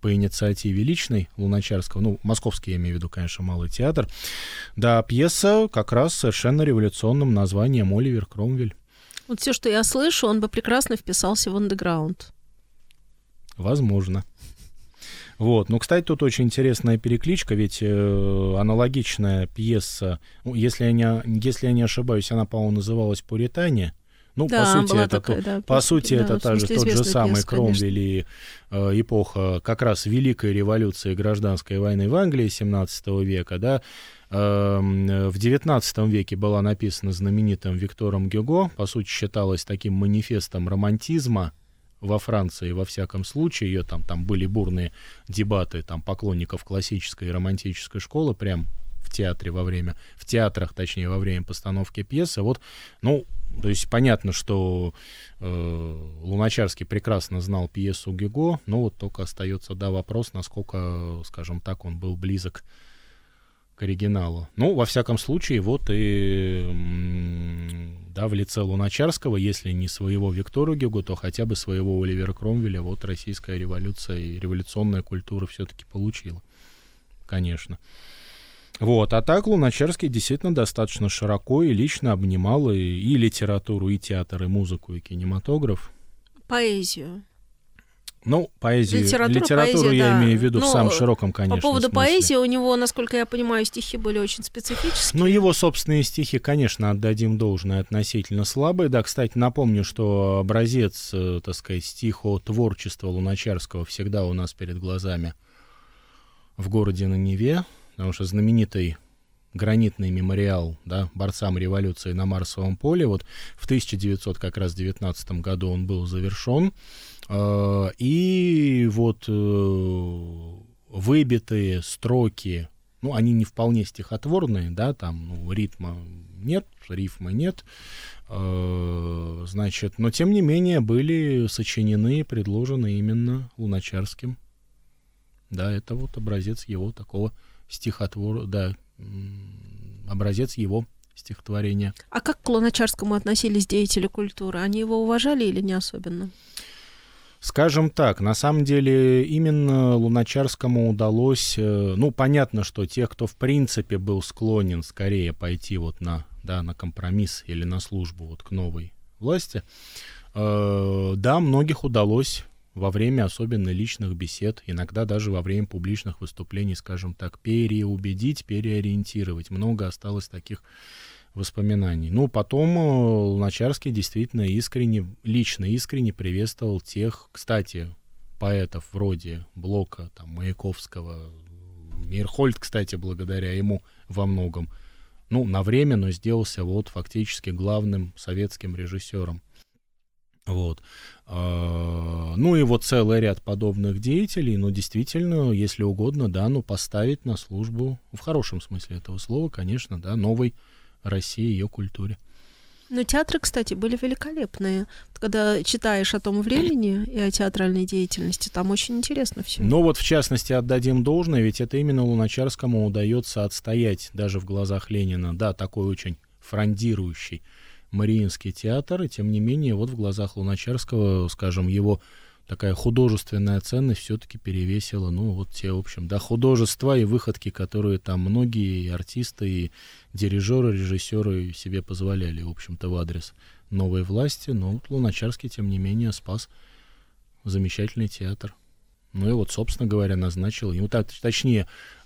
по инициативе личной Луначарского, ну, московский, я имею в виду, конечно, Малый театр, да, пьеса как раз с совершенно революционным названием «Оливер Кромвель». Вот все, что я слышу, он бы прекрасно вписался в андеграунд. Возможно. Вот. Ну, кстати, тут очень интересная перекличка, ведь аналогичная пьеса, ну, если я не ошибаюсь, она, по-моему, называлась «Пуритане». Ну, да, по сути, это, такая, да, по сути, да, это тот же самый пьеса, Кромвель и эпоха как раз Великой революции гражданской войны в Англии XVII века, да. В XIX веке была написана знаменитым Виктором Гюго, по сути, считалась таким манифестом романтизма во Франции, во всяком случае. Ее там были бурные дебаты там, поклонников классической и романтической школы, прям в театрах, во время постановки пьесы. Вот, ну, то есть понятно, что Луначарский прекрасно знал пьесу Гюго, но вот только остается, да, вопрос, насколько, скажем так, он был близок к оригиналу. Ну, во всяком случае, вот и да, в лице Луначарского, если не своего Виктора Гюго, то хотя бы своего Оливера Кромвеля вот российская революция и революционная культура все-таки получила. Конечно. Вот, а так Луначарский действительно достаточно широко и лично обнимал и литературу, и театр, и музыку, и кинематограф. Поэзию. Ну, литературу поэзия, я да. имею в виду в самом широком, конечно, по поводу смысле. поэзии у него, насколько я понимаю, стихи были очень специфические. Ну, его собственные стихи, конечно, отдадим должное, относительно слабые. Да, кстати, напомню, что образец, так сказать, стихотворчества Луначарского всегда у нас перед глазами в городе на Неве, потому что знаменитый гранитный мемориал, да, борцам революции на Марсовом поле, вот в 1919 году он был завершен, и вот выбитые строки, ну, они не вполне стихотворные, да, там, ну, рифмы нет, значит, но тем не менее были сочинены и предложены именно Луначарским. Да, это вот образец его такого образец его стихотворения. А как к Луначарскому относились деятели культуры? Они его уважали или не особенно? Скажем так, на самом деле именно Луначарскому удалось, ну, понятно, что тех, кто в принципе был склонен скорее пойти вот на компромисс или на службу вот к новой власти, да, многих удалось во время особенно личных бесед, иногда даже во время публичных выступлений, скажем так, переубедить, переориентировать. Много осталось таких воспоминаний. Ну, потом Луначарский действительно лично искренне приветствовал тех, кстати, поэтов вроде Блока, там, Маяковского, Мейерхольд, кстати, благодаря ему во многом, ну, на время, но сделался вот фактически главным советским режиссером. Вот. Ну и вот целый ряд подобных деятелей, ну, действительно, если угодно, да, ну, поставить на службу, в хорошем смысле этого слова, конечно, да, новой России, ее культуре. Но театры, кстати, были великолепные. Когда читаешь о том времени и о театральной деятельности, там очень интересно все. Ну вот, в частности, отдадим должное, ведь это именно Луначарскому удается отстоять даже в глазах Ленина, да, такой очень фрондирующий Мариинский театр, и тем не менее, вот в глазах Луначарского, скажем, его такая художественная ценность все-таки перевесила, ну, вот те, в общем, да, художества и выходки, которые там многие артисты, и дирижеры, режиссеры себе позволяли, в общем-то, в адрес новой власти, но вот Луначарский, тем не менее, спас замечательный театр. Ну и вот, собственно говоря, назначил, точнее,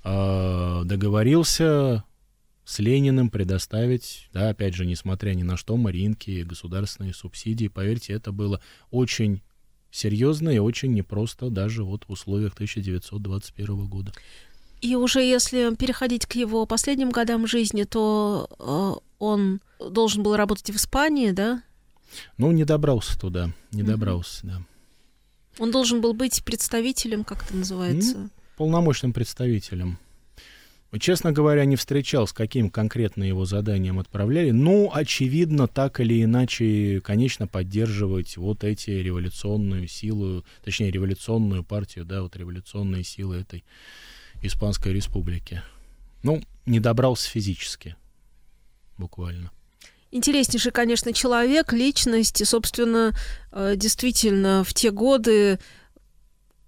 договорился с Лениным предоставить, да, опять же, несмотря ни на что, Мариинке государственные субсидии. Поверьте, это было очень серьезно и очень непросто даже вот в условиях 1921 года. И уже если переходить к его последним годам жизни, то он должен был работать в Испании, да? Ну, не добрался туда, да. Он должен был быть представителем, как это называется? Полномочным представителем. Честно говоря, не встречал, с каким конкретно его заданием отправляли. Ну, очевидно, так или иначе, конечно, поддерживать вот эти революционную силу, точнее, революционную партию, да, вот революционные силы этой Испанской Республики. Ну, не добрался физически, буквально. Интереснейший, конечно, человек, личность, и, собственно, действительно, в те годы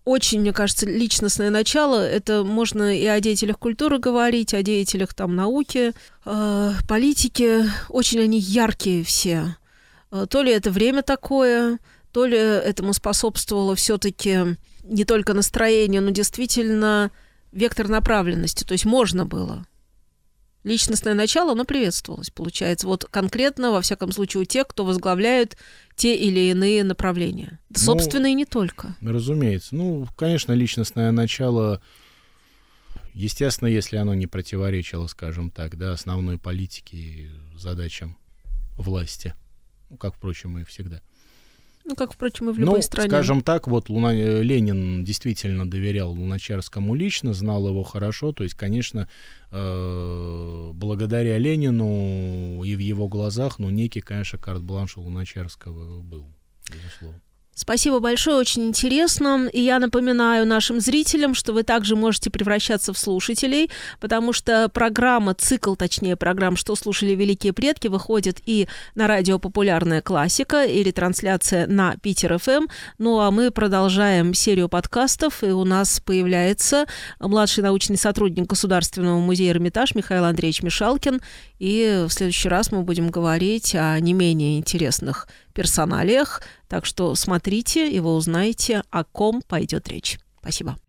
очень, мне кажется, личностное начало. Это можно и о деятелях культуры говорить, о деятелях там науки, политики. Очень они яркие все. То ли это время такое, то ли этому способствовало все-таки не только настроение, но действительно вектор направленности. То есть можно было. Личностное начало, оно приветствовалось, получается. Вот конкретно, во всяком случае, у тех, кто возглавляет те или иные направления. Собственно, и не только. Разумеется. Конечно, личностное начало, естественно, если оно не противоречило, скажем так, да, основной политике и задачам власти. Как, впрочем, и всегда. Как, впрочем, и в любой стране. Скажем так, вот Ленин действительно доверял Луначарскому лично, знал его хорошо. То есть, конечно, благодаря Ленину и в его глазах, некий, конечно, карт-бланш у Луначарского был, безусловно. Спасибо большое, очень интересно. И я напоминаю нашим зрителям, что вы также можете превращаться в слушателей, потому что цикл программ «Что слушали великие предки» выходит и на радио «Популярная классика», и ретрансляция на Питер ФМ. А мы продолжаем серию подкастов, и у нас появляется младший научный сотрудник Государственного музея «Эрмитаж» Михаил Андреевич Мишалкин. И в следующий раз мы будем говорить о не менее интересных персоналиях. Так что смотрите, и вы узнаете, о ком пойдет речь. Спасибо.